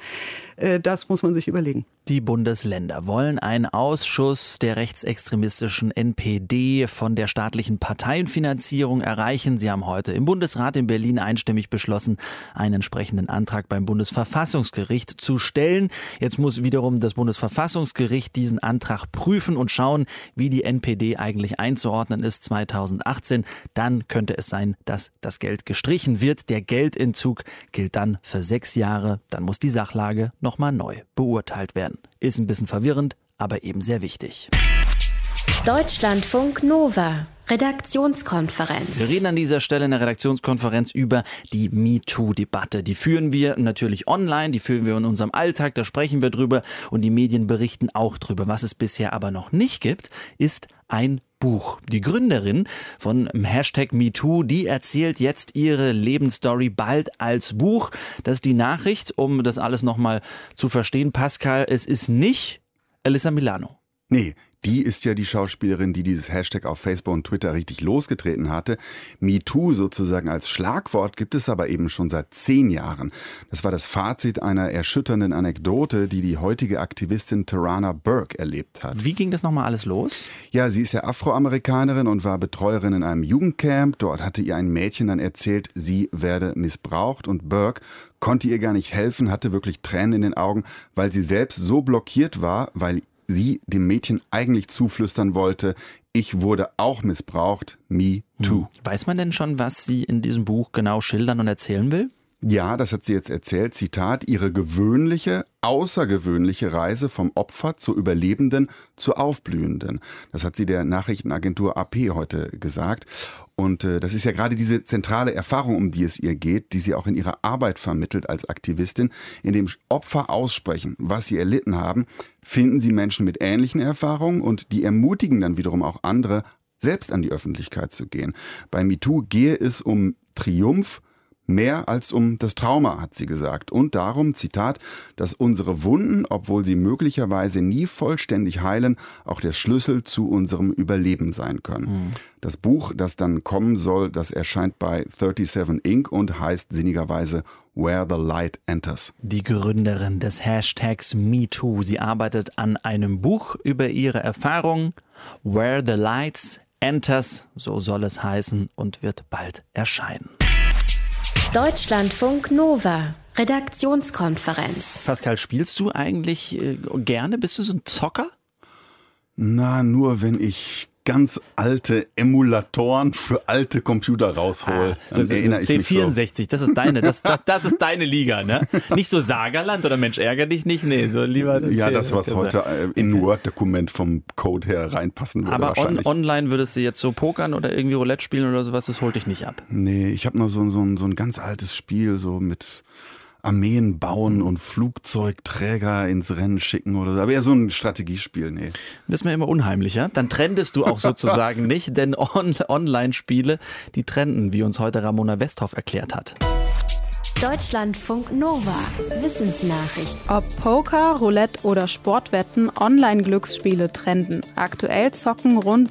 Q: Das muss man sich überlegen.
B: Die Bundesländer wollen einen Ausschuss der rechtsextremistischen NPD von der staatlichen Parteienfinanzierung erreichen. Sie haben heute im Bundesrat in Berlin einstimmig beschlossen, einen entsprechenden Antrag beim Bundesverfassungsgericht zu stellen. Jetzt muss wiederum das Bundesverfassungsgericht diesen Antrag prüfen und schauen, wie die NPD eigentlich einzuordnen ist 2018. Dann könnte es sein, dass das Geld gestrichen wird. Der Geldentzug gilt dann für 6 Jahre. Dann muss die Sachlage nochmal neu beurteilt werden. Ist ein bisschen verwirrend, aber eben sehr wichtig.
A: Deutschlandfunk Nova. Redaktionskonferenz.
B: Wir reden an dieser Stelle in der Redaktionskonferenz über die MeToo-Debatte. Die führen wir natürlich online, die führen wir in unserem Alltag, da sprechen wir drüber und die Medien berichten auch drüber. Was es bisher aber noch nicht gibt, ist ein Buch. Die Gründerin von #MeToo, die erzählt jetzt ihre Lebensstory bald als Buch. Das ist die Nachricht, um das alles nochmal zu verstehen. Pascal, es ist nicht Alyssa Milano.
K: Nee, Die ist ja die Schauspielerin, die dieses Hashtag auf Facebook und Twitter richtig losgetreten hatte. MeToo sozusagen als Schlagwort gibt es aber eben schon seit 10 Jahren. Das war das Fazit einer erschütternden Anekdote, die die heutige Aktivistin Tarana Burke erlebt hat.
B: Wie ging das nochmal alles los?
K: Ja, sie ist ja Afroamerikanerin und war Betreuerin in einem Jugendcamp. Dort hatte ihr ein Mädchen dann erzählt, sie werde missbraucht, und Burke konnte ihr gar nicht helfen, hatte wirklich Tränen in den Augen, weil sie selbst so blockiert war, weil sie dem Mädchen eigentlich zuflüstern wollte, ich wurde auch missbraucht, me too.
B: Weiß man denn schon, was sie in diesem Buch genau schildern und erzählen will?
K: Ja, das hat sie jetzt erzählt. Zitat, ihre gewöhnliche, außergewöhnliche Reise vom Opfer zur Überlebenden zur Aufblühenden. Das hat sie der Nachrichtenagentur AP heute gesagt. Und das ist ja gerade diese zentrale Erfahrung, um die es ihr geht, die sie auch in ihrer Arbeit vermittelt als Aktivistin. Indem Opfer aussprechen, was sie erlitten haben, finden sie Menschen mit ähnlichen Erfahrungen und die ermutigen dann wiederum auch andere, selbst an die Öffentlichkeit zu gehen. Bei MeToo gehe es um Triumph, mehr als um das Trauma, hat sie gesagt. Und darum, Zitat, dass unsere Wunden, obwohl sie möglicherweise nie vollständig heilen, auch der Schlüssel zu unserem Überleben sein können. Das Buch, das dann kommen soll, das erscheint bei 37 Inc. und heißt sinnigerweise Where the Light Enters.
B: Die Gründerin des Hashtags MeToo. Sie arbeitet an einem Buch über ihre Erfahrungen. Where the Light Enters, so soll es heißen, und wird bald erscheinen.
A: Deutschlandfunk Nova, Redaktionskonferenz.
B: Pascal, spielst du eigentlich gerne? Bist du so ein Zocker?
K: Na, nur wenn ich ganz alte Emulatoren für alte Computer raushole.
B: Dann erinnere ich mich C64, das ist deine, das ist deine Liga, ne? Nicht so Sagerland oder Mensch, ärger dich nicht, nee, so lieber.
K: Ja, das, was heute in ein Word-Dokument vom Code her reinpassen würde.
B: Aber online würdest du jetzt so pokern oder irgendwie Roulette spielen oder sowas, das holt dich nicht ab.
K: Nee, ich habe noch so ein ganz altes Spiel, so mit Armeen bauen und Flugzeugträger ins Rennen schicken oder so. Aber eher so ein Strategiespiel, nee.
B: Das ist mir immer unheimlicher. Dann trendest du auch sozusagen nicht, denn Online-Spiele, die trenden, wie uns heute Ramona Westhoff erklärt hat.
A: Deutschlandfunk Nova, Wissensnachricht.
E: Ob Poker, Roulette oder Sportwetten, Online-Glücksspiele trenden. Aktuell zocken rund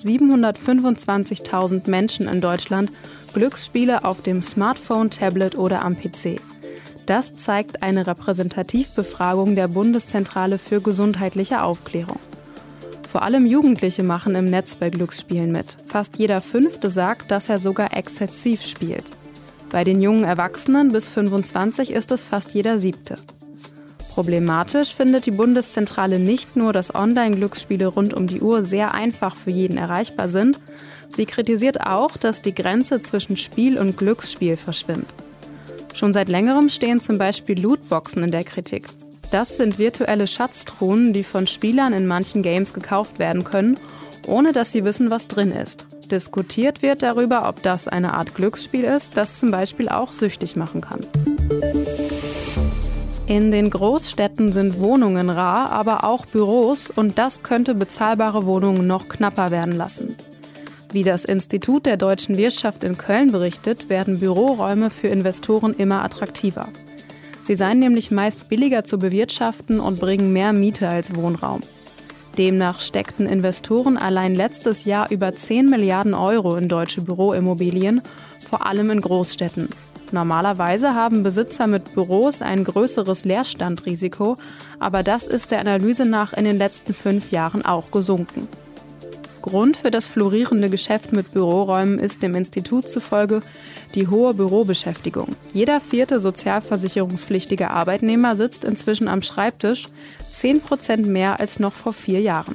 E: 725.000 Menschen in Deutschland Glücksspiele auf dem Smartphone, Tablet oder am PC. Das zeigt eine Repräsentativbefragung der Bundeszentrale für gesundheitliche Aufklärung. Vor allem Jugendliche machen im Netz bei Glücksspielen mit. Fast jeder 5. sagt, dass er sogar exzessiv spielt. Bei den jungen Erwachsenen bis 25 ist es fast jeder 7. Problematisch findet die Bundeszentrale nicht nur, dass Online-Glücksspiele rund um die Uhr sehr einfach für jeden erreichbar sind, sie kritisiert auch, dass die Grenze zwischen Spiel und Glücksspiel verschwimmt. Schon seit längerem stehen zum Beispiel Lootboxen in der Kritik. Das sind virtuelle Schatztruhen, die von Spielern in manchen Games gekauft werden können, ohne dass sie wissen, was drin ist. Diskutiert wird darüber, ob das eine Art Glücksspiel ist, das zum Beispiel auch süchtig machen kann. In den Großstädten sind Wohnungen rar, aber auch Büros, und das könnte bezahlbare Wohnungen noch knapper werden lassen. Wie das Institut der deutschen Wirtschaft in Köln berichtet, werden Büroräume für Investoren immer attraktiver. Sie seien nämlich meist billiger zu bewirtschaften und bringen mehr Miete als Wohnraum. Demnach steckten Investoren allein letztes Jahr über 10 Milliarden Euro in deutsche Büroimmobilien, vor allem in Großstädten. Normalerweise haben Besitzer mit Büros ein größeres Leerstandrisiko, aber das ist der Analyse nach in den letzten 5 Jahren auch gesunken. Grund für das florierende Geschäft mit Büroräumen ist dem Institut zufolge die hohe Bürobeschäftigung. Jeder 4. sozialversicherungspflichtige Arbeitnehmer sitzt inzwischen am Schreibtisch, 10% mehr als noch vor 4 Jahren.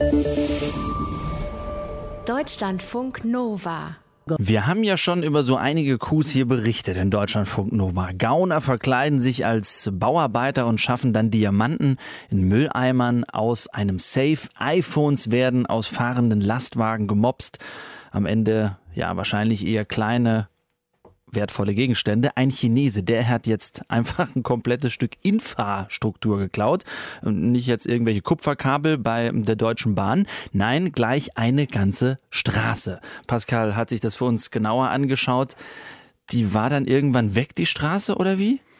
A: Deutschlandfunk Nova.
B: Wir haben ja schon über so einige Coups hier berichtet in Deutschlandfunk Nova. Gauner verkleiden sich als Bauarbeiter und schaffen dann Diamanten in Mülleimern aus einem Safe. iPhones werden aus fahrenden Lastwagen gemopst. Am Ende ja wahrscheinlich eher kleine, wertvolle Gegenstände. Ein Chinese, der hat jetzt einfach ein komplettes Stück Infrastruktur geklaut. Und nicht jetzt irgendwelche Kupferkabel bei der Deutschen Bahn. Nein, gleich eine ganze Straße. Pascal hat sich das für uns genauer angeschaut. Die war dann irgendwann weg, die Straße, oder wie?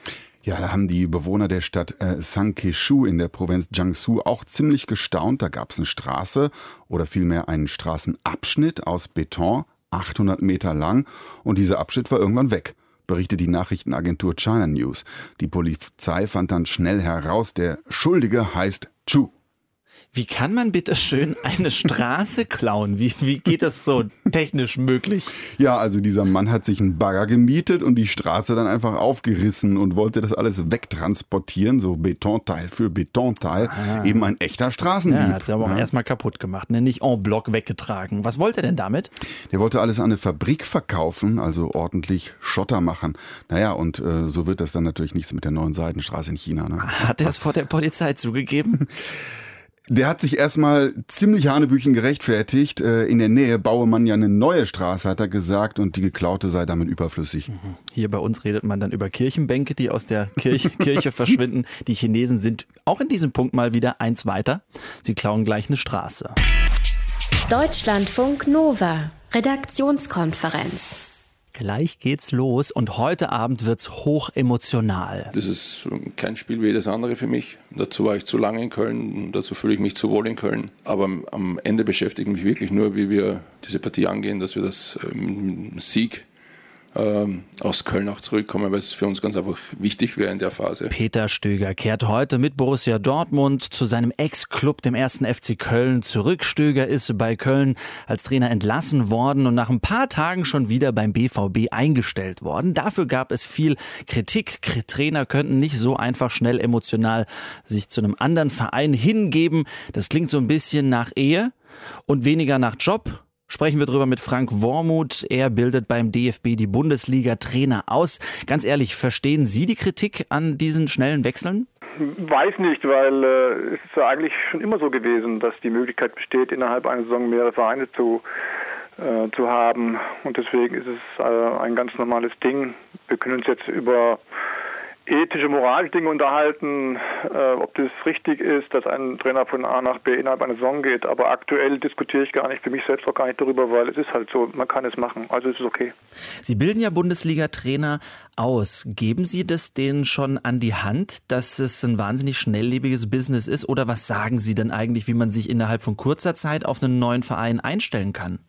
K: Ja, da haben die Bewohner der Stadt Sankeshu in der Provinz Jiangsu auch ziemlich gestaunt. Da gab es eine Straße oder vielmehr einen Straßenabschnitt aus Beton, 800 Meter lang, und dieser Abschnitt war irgendwann weg, berichtet die Nachrichtenagentur China News. Die Polizei fand dann schnell heraus, der Schuldige heißt Chu.
B: Wie kann man bitte schön eine Straße klauen? Wie geht das so technisch möglich?
K: Ja, also dieser Mann hat sich einen Bagger gemietet und die Straße dann einfach aufgerissen und wollte das alles wegtransportieren, so Betonteil für Betonteil, eben ein echter Straßendieb.
B: Ja, hat sie aber auch erstmal kaputt gemacht, ne? Nicht en bloc weggetragen. Was wollte er denn damit?
K: Der wollte alles an eine Fabrik verkaufen, also ordentlich Schotter machen. Naja, und so wird das dann natürlich nichts mit der neuen Seidenstraße in China. Ne?
B: Hat er es vor der Polizei zugegeben?
K: Der hat sich erstmal ziemlich hanebüchen gerechtfertigt. In der Nähe baue man ja eine neue Straße, hat er gesagt, und die geklaute sei damit überflüssig.
B: Hier bei uns redet man dann über Kirchenbänke, die aus der Kirche verschwinden. Die Chinesen sind auch in diesem Punkt mal wieder eins weiter. Sie klauen gleich eine Straße.
A: Deutschlandfunk Nova, Redaktionskonferenz.
B: Gleich geht's los und heute Abend wird's hoch emotional.
R: Das ist kein Spiel wie jedes andere für mich. Dazu war ich zu lange in Köln, dazu fühle ich mich zu wohl in Köln. Aber am Ende beschäftigt mich wirklich nur, wie wir diese Partie angehen, dass wir das Sieg aus Köln auch zurückkommen, weil es für uns ganz einfach wichtig wäre in der Phase.
B: Peter Stöger kehrt heute mit Borussia Dortmund zu seinem Ex-Club, dem 1. FC Köln, zurück. Stöger ist bei Köln als Trainer entlassen worden und nach ein paar Tagen schon wieder beim BVB eingestellt worden. Dafür gab es viel Kritik. Trainer könnten nicht so einfach schnell emotional sich zu einem anderen Verein hingeben. Das klingt so ein bisschen nach Ehe und weniger nach Job. Sprechen wir drüber mit Frank Wormuth. Er bildet beim DFB die Bundesliga-Trainer aus. Ganz ehrlich, verstehen Sie die Kritik an diesen schnellen Wechseln?
I: Weiß nicht, weil es ist ja eigentlich schon immer so gewesen, dass die Möglichkeit besteht, innerhalb einer Saison mehrere Vereine zu haben. Und deswegen ist es ein ganz normales Ding. Wir können uns jetzt über ethische, moralische Dinge unterhalten, ob das richtig ist, dass ein Trainer von A nach B innerhalb einer Saison geht. Aber aktuell diskutiere ich gar nicht, für mich selbst auch gar nicht darüber, weil es ist halt so, man kann es machen, also es ist okay.
B: Sie bilden ja Bundesliga-Trainer aus. Geben Sie das denen schon an die Hand, dass es ein wahnsinnig schnelllebiges Business ist? Oder was sagen Sie denn eigentlich, wie man sich innerhalb von kurzer Zeit auf einen neuen Verein einstellen kann?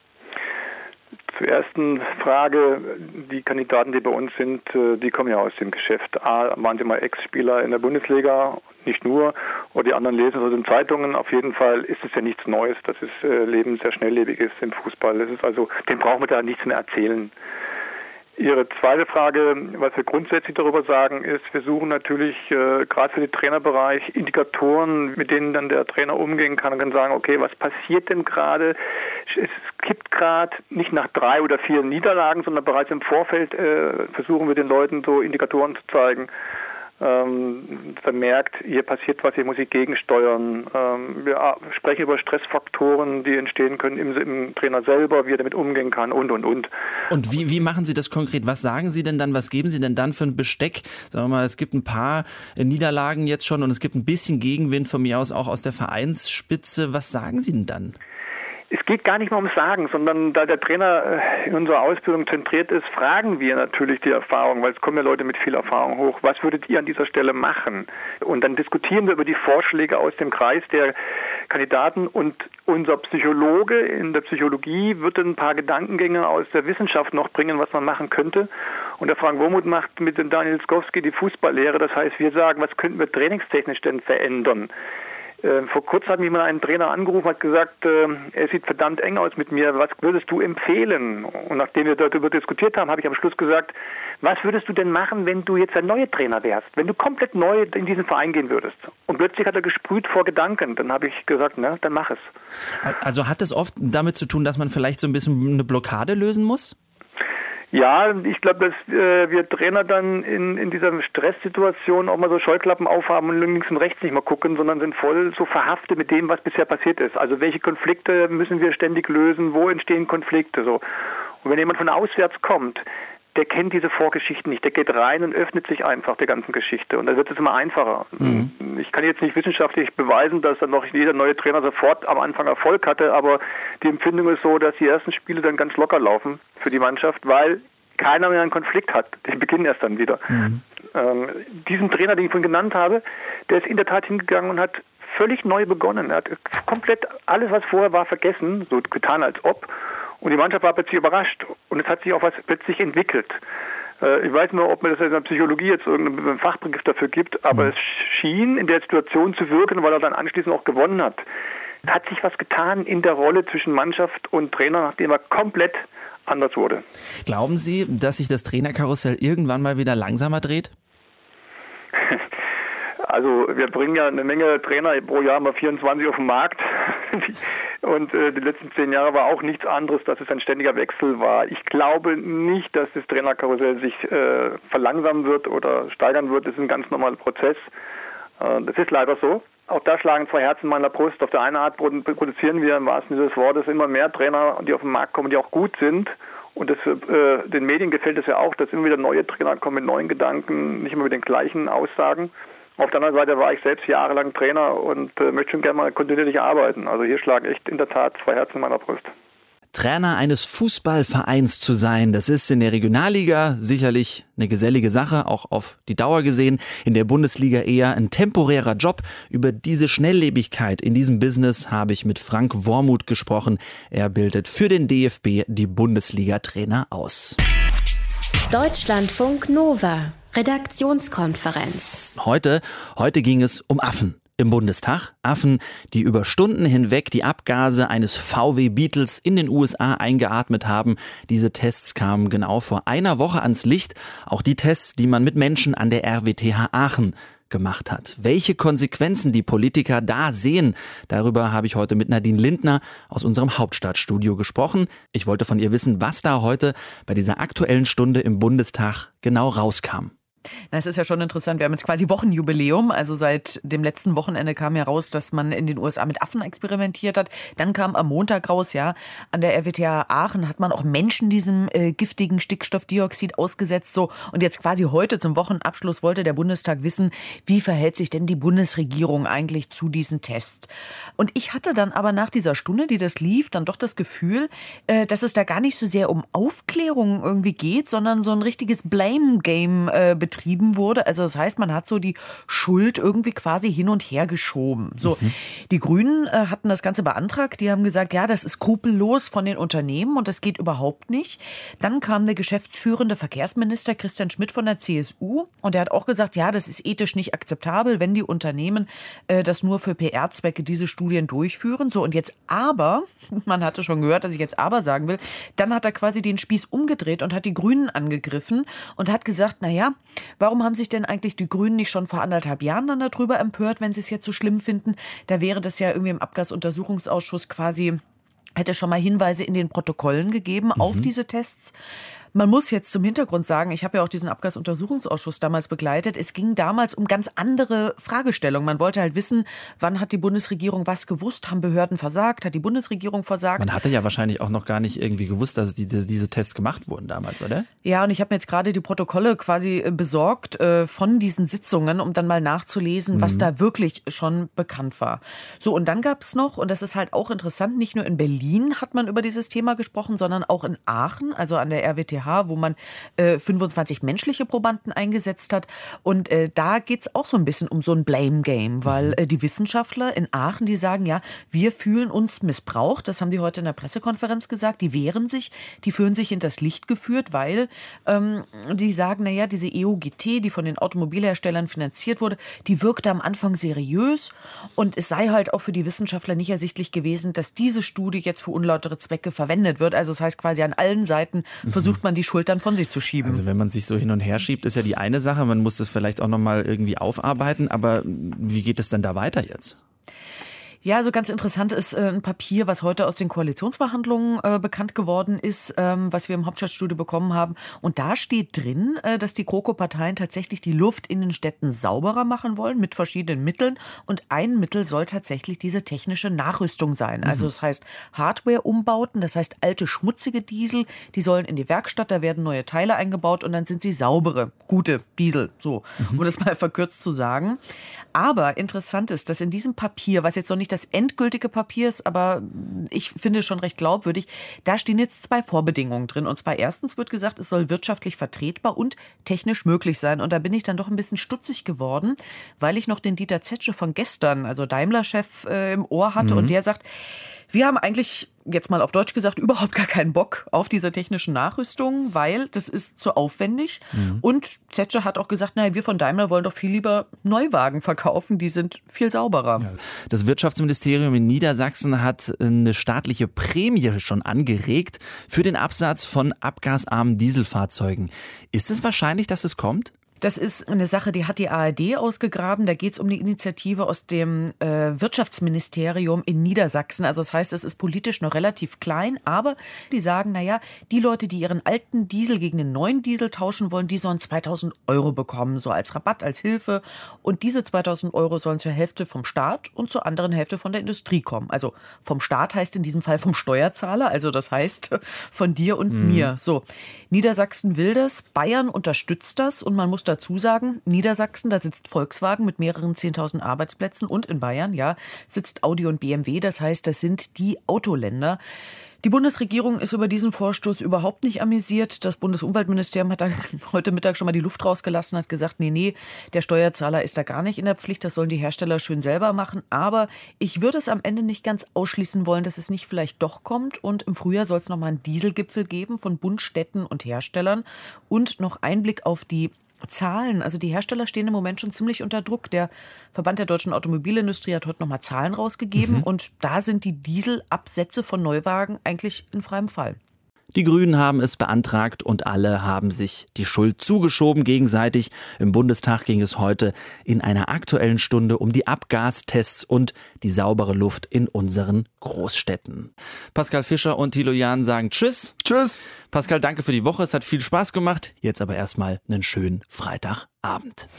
I: Zur ersten Frage, die Kandidaten, die bei uns sind, die kommen ja aus dem Geschäft. A, waren sie mal Ex-Spieler in der Bundesliga, nicht nur, oder die anderen lesen es aus den Zeitungen. Auf jeden Fall ist es ja nichts Neues, dass das Leben sehr schnelllebig ist im Fußball. Das ist also, dem brauchen wir da nichts mehr erzählen. Ihre zweite Frage, was wir grundsätzlich darüber sagen, ist, wir suchen natürlich gerade für den Trainerbereich Indikatoren, mit denen dann der Trainer umgehen kann und kann sagen, okay, was passiert denn gerade? Es kippt gerade nicht nach 3 oder 4 Niederlagen, sondern bereits im Vorfeld versuchen wir den Leuten so Indikatoren zu zeigen. Vermerkt, hier passiert was, hier muss ich gegensteuern. Wir sprechen über Stressfaktoren, die entstehen können im Trainer selber, wie er damit umgehen kann und.
B: Und wie machen Sie das konkret? Was sagen Sie denn dann, was geben Sie denn dann für ein Besteck? Sagen wir mal, es gibt ein paar Niederlagen jetzt schon und es gibt ein bisschen Gegenwind von mir aus, auch aus der Vereinsspitze. Was sagen Sie denn dann?
I: Es geht gar nicht mehr ums Sagen, sondern da der Trainer in unserer Ausbildung zentriert ist, fragen wir natürlich die Erfahrung, weil es kommen ja Leute mit viel Erfahrung hoch. Was würdet ihr an dieser Stelle machen? Und dann diskutieren wir über die Vorschläge aus dem Kreis der Kandidaten und unser Psychologe in der Psychologie wird ein paar Gedankengänge aus der Wissenschaft noch bringen, was man machen könnte. Und der Frank Wormuth macht mit dem Daniel Skowski die Fußballlehre. Das heißt, wir sagen, was könnten wir trainingstechnisch denn verändern? Vor kurzem hat mich mal ein Trainer angerufen, hat gesagt, er sieht verdammt eng aus mit mir, was würdest du empfehlen? Und nachdem wir darüber diskutiert haben, habe ich am Schluss gesagt, was würdest du denn machen, wenn du jetzt ein neuer Trainer wärst, wenn du komplett neu in diesen Verein gehen würdest? Und plötzlich hat er gesprüht vor Gedanken. Dann habe ich gesagt, na, dann mach es.
B: Also hat es oft damit zu tun, dass man vielleicht so ein bisschen eine Blockade lösen muss?
I: Ja, ich glaube, dass wir Trainer dann in dieser Stresssituation auch mal so Scheuklappen aufhaben und links und rechts nicht mal gucken, sondern sind voll so verhaftet mit dem, was bisher passiert ist. Also welche Konflikte müssen wir ständig lösen, wo entstehen Konflikte so. Und wenn jemand von auswärts kommt, der kennt diese Vorgeschichten nicht, der geht rein und öffnet sich einfach der ganzen Geschichte und dann wird es immer einfacher. Mhm. Ich kann jetzt nicht wissenschaftlich beweisen, dass dann noch jeder neue Trainer sofort am Anfang Erfolg hatte, aber die Empfindung ist so, dass die ersten Spiele dann ganz locker laufen für die Mannschaft, weil keiner mehr einen Konflikt hat. Die beginnen erst dann wieder. Mhm. Diesen Trainer, den ich vorhin genannt habe, der ist in der Tat hingegangen und hat völlig neu begonnen. Er hat komplett alles, was vorher war, vergessen, so getan als ob. Und die Mannschaft war plötzlich überrascht. Und es hat sich auch was plötzlich entwickelt. Ich weiß nur, ob man das in der Psychologie jetzt irgendeinen Fachbegriff dafür gibt, aber es schien in der Situation zu wirken, weil er dann anschließend auch gewonnen hat. Es hat sich was getan in der Rolle zwischen Mannschaft und Trainer, nachdem er komplett anders wurde.
B: Glauben Sie, dass sich das Trainerkarussell irgendwann mal wieder langsamer dreht?
I: Also wir bringen ja eine Menge Trainer pro Jahr mal 24 auf den Markt und die letzten 10 Jahre war auch nichts anderes, dass es ein ständiger Wechsel war. Ich glaube nicht, dass das Trainerkarussell sich verlangsamen wird oder steigern wird. Das ist ein ganz normaler Prozess. Das ist leider so. Auch da schlagen 2 Herzen in meiner Brust. Auf der einen Art produzieren wir im wahrsten Sinne des Wortes immer mehr Trainer, die auf den Markt kommen, die auch gut sind. Und den Medien gefällt es ja auch, dass immer wieder neue Trainer kommen mit neuen Gedanken, nicht immer mit den gleichen Aussagen. Auf der anderen Seite war ich selbst jahrelang Trainer und möchte schon gerne mal kontinuierlich arbeiten. Also hier schlagen echt in der Tat 2 Herzen in meiner Brust.
B: Trainer eines Fußballvereins zu sein, das ist in der Regionalliga sicherlich eine gesellige Sache, auch auf die Dauer gesehen. In der Bundesliga eher ein temporärer Job. Über diese Schnelllebigkeit in diesem Business habe ich mit Frank Wormuth gesprochen. Er bildet für den DFB die Bundesliga-Trainer aus.
A: Deutschlandfunk Nova, Redaktionskonferenz.
B: Heute ging es um Affen. Im Bundestag Affen, die über Stunden hinweg die Abgase eines VW Beetles in den USA eingeatmet haben. Diese Tests kamen genau vor einer Woche ans Licht. Auch die Tests, die man mit Menschen an der RWTH Aachen gemacht hat. Welche Konsequenzen die Politiker da sehen, darüber habe ich heute mit Nadine Lindner aus unserem Hauptstadtstudio gesprochen. Ich wollte von ihr wissen, was da heute bei dieser aktuellen Stunde im Bundestag genau rauskam.
S: Na, es ist ja schon interessant, wir haben jetzt quasi Wochenjubiläum, also seit dem letzten Wochenende kam ja raus, dass man in den USA mit Affen experimentiert hat. Dann kam am Montag raus, ja, an der RWTH Aachen hat man auch Menschen diesem giftigen Stickstoffdioxid ausgesetzt. So. Und jetzt quasi heute zum Wochenabschluss wollte der Bundestag wissen, wie verhält sich denn die Bundesregierung eigentlich zu diesem Test? Und ich hatte dann aber nach dieser Stunde, die das lief, dann doch das Gefühl, dass es da gar nicht so sehr um Aufklärung irgendwie geht, sondern so ein richtiges Blame-Game betrieben wurde. Also das heißt, man hat so die Schuld irgendwie quasi hin und her geschoben. So, die Grünen hatten das Ganze beantragt. Die haben gesagt, ja, das ist skrupellos von den Unternehmen und das geht überhaupt nicht. Dann kam der geschäftsführende Verkehrsminister Christian Schmidt von der CSU und der hat auch gesagt, ja, das ist ethisch nicht akzeptabel, wenn die Unternehmen das nur für PR-Zwecke diese Studien durchführen. So, und jetzt aber, man hatte schon gehört, dass ich jetzt aber sagen will, dann hat er quasi den Spieß umgedreht und hat die Grünen angegriffen und hat gesagt, naja, warum haben sich denn eigentlich die Grünen nicht schon vor 1,5 Jahren dann darüber empört, wenn sie es jetzt so schlimm finden? Da wäre das ja irgendwie im Abgasuntersuchungsausschuss quasi, hätte schon mal Hinweise in den Protokollen gegeben auf diese Tests. Man muss jetzt zum Hintergrund sagen, ich habe ja auch diesen Abgasuntersuchungsausschuss damals begleitet. Es ging damals um ganz andere Fragestellungen. Man wollte halt wissen, wann hat die Bundesregierung was gewusst? Haben Behörden versagt? Hat die Bundesregierung versagt?
B: Man hatte ja wahrscheinlich auch noch gar nicht irgendwie gewusst, dass diese Tests gemacht wurden damals, oder?
S: Ja, und ich habe mir jetzt gerade die Protokolle quasi besorgt von diesen Sitzungen, um dann mal nachzulesen, was da wirklich schon bekannt war. So, und dann gab es noch, und das ist halt auch interessant, nicht nur in Berlin hat man über dieses Thema gesprochen, sondern auch in Aachen, also an der RWTH, wo man 25 menschliche Probanden eingesetzt hat. Und da geht es auch so ein bisschen um so ein Blame-Game, weil die Wissenschaftler in Aachen, die sagen, ja, wir fühlen uns missbraucht. Das haben die heute in der Pressekonferenz gesagt. Die wehren sich, die fühlen sich hinters Licht geführt, weil die sagen, naja, diese EOGT, die von den Automobilherstellern finanziert wurde, die wirkte am Anfang seriös. Und es sei halt auch für die Wissenschaftler nicht ersichtlich gewesen, dass diese Studie jetzt für unlautere Zwecke verwendet wird. Also das heißt quasi an allen Seiten versucht man die Schuld dann von sich zu schieben.
B: Also wenn man sich so hin und her schiebt, ist ja die eine Sache. Man muss das vielleicht auch nochmal irgendwie aufarbeiten. Aber wie geht es denn da weiter jetzt?
S: Ja, also ganz interessant ist ein Papier, was heute aus den Koalitionsverhandlungen bekannt geworden ist, was wir im Hauptstadtstudio bekommen haben. Und da steht drin, dass die GroKo-Parteien tatsächlich die Luft in den Städten sauberer machen wollen mit verschiedenen Mitteln. Und ein Mittel soll tatsächlich diese technische Nachrüstung sein. Also das heißt Hardware-Umbauten, das heißt alte schmutzige Diesel, die sollen in die Werkstatt, da werden neue Teile eingebaut und dann sind sie saubere, gute Diesel, so, um das mal verkürzt zu sagen. Aber interessant ist, dass in diesem Papier, was jetzt noch nicht nicht das endgültige Papiers, aber ich finde schon recht glaubwürdig. Da stehen jetzt 2 Vorbedingungen drin. Und zwar erstens wird gesagt, es soll wirtschaftlich vertretbar und technisch möglich sein. Und da bin ich dann doch ein bisschen stutzig geworden, weil ich noch den Dieter Zetsche von gestern, also Daimler-Chef, im Ohr hatte. Und der sagt, wir haben eigentlich, jetzt mal auf Deutsch gesagt, überhaupt gar keinen Bock auf diese technischen Nachrüstungen, weil das ist zu aufwendig. Und Zetsche hat auch gesagt, naja, wir von Daimler wollen doch viel lieber Neuwagen verkaufen, die sind viel sauberer.
B: Ja. Das Wirtschaftsministerium in Niedersachsen hat eine staatliche Prämie schon angeregt für den Absatz von abgasarmen Dieselfahrzeugen. Ist es wahrscheinlich, dass es kommt?
S: Das ist eine Sache, die hat die ARD ausgegraben. Da geht es um die Initiative aus dem Wirtschaftsministerium in Niedersachsen. Also das heißt, es ist politisch noch relativ klein, aber die sagen, naja, die Leute, die ihren alten Diesel gegen einen neuen Diesel tauschen wollen, die sollen 2.000 € bekommen, so als Rabatt, als Hilfe. Und diese 2.000 € sollen zur Hälfte vom Staat und zur anderen Hälfte von der Industrie kommen. Also vom Staat heißt in diesem Fall vom Steuerzahler, also das heißt von dir und mir. So, Niedersachsen will das, Bayern unterstützt das und man muss dazu sagen, Niedersachsen, da sitzt Volkswagen mit mehreren 10.000 Arbeitsplätzen und in Bayern, ja, sitzt Audi und BMW. Das heißt, das sind die Autoländer. Die Bundesregierung ist über diesen Vorstoß überhaupt nicht amüsiert. Das Bundesumweltministerium hat da heute Mittag schon mal die Luft rausgelassen, hat gesagt, nee, der Steuerzahler ist da gar nicht in der Pflicht, das sollen die Hersteller schön selber machen. Aber ich würde es am Ende nicht ganz ausschließen wollen, dass es nicht vielleicht doch kommt. Und im Frühjahr soll es nochmal einen Dieselgipfel geben von Bund, Städten und Herstellern und noch Einblick auf die Zahlen. Also die Hersteller stehen im Moment schon ziemlich unter Druck. Der Verband der deutschen Automobilindustrie hat heute nochmal Zahlen rausgegeben und da sind die Dieselabsätze von Neuwagen eigentlich in freiem Fall.
B: Die Grünen haben es beantragt und alle haben sich die Schuld zugeschoben gegenseitig. Im Bundestag ging es heute in einer Aktuellen Stunde um die Abgastests und die saubere Luft in unseren Großstädten. Pascal Fischer und Thilo Jahn sagen Tschüss.
K: Tschüss.
B: Pascal, danke für die Woche. Es hat viel Spaß gemacht. Jetzt aber erstmal einen schönen Freitagabend.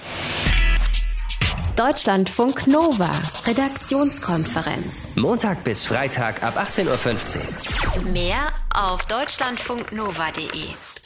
A: Deutschlandfunk Nova, Redaktionskonferenz.
T: Montag bis Freitag ab 18:15 Uhr.
A: Mehr auf deutschlandfunknova.de.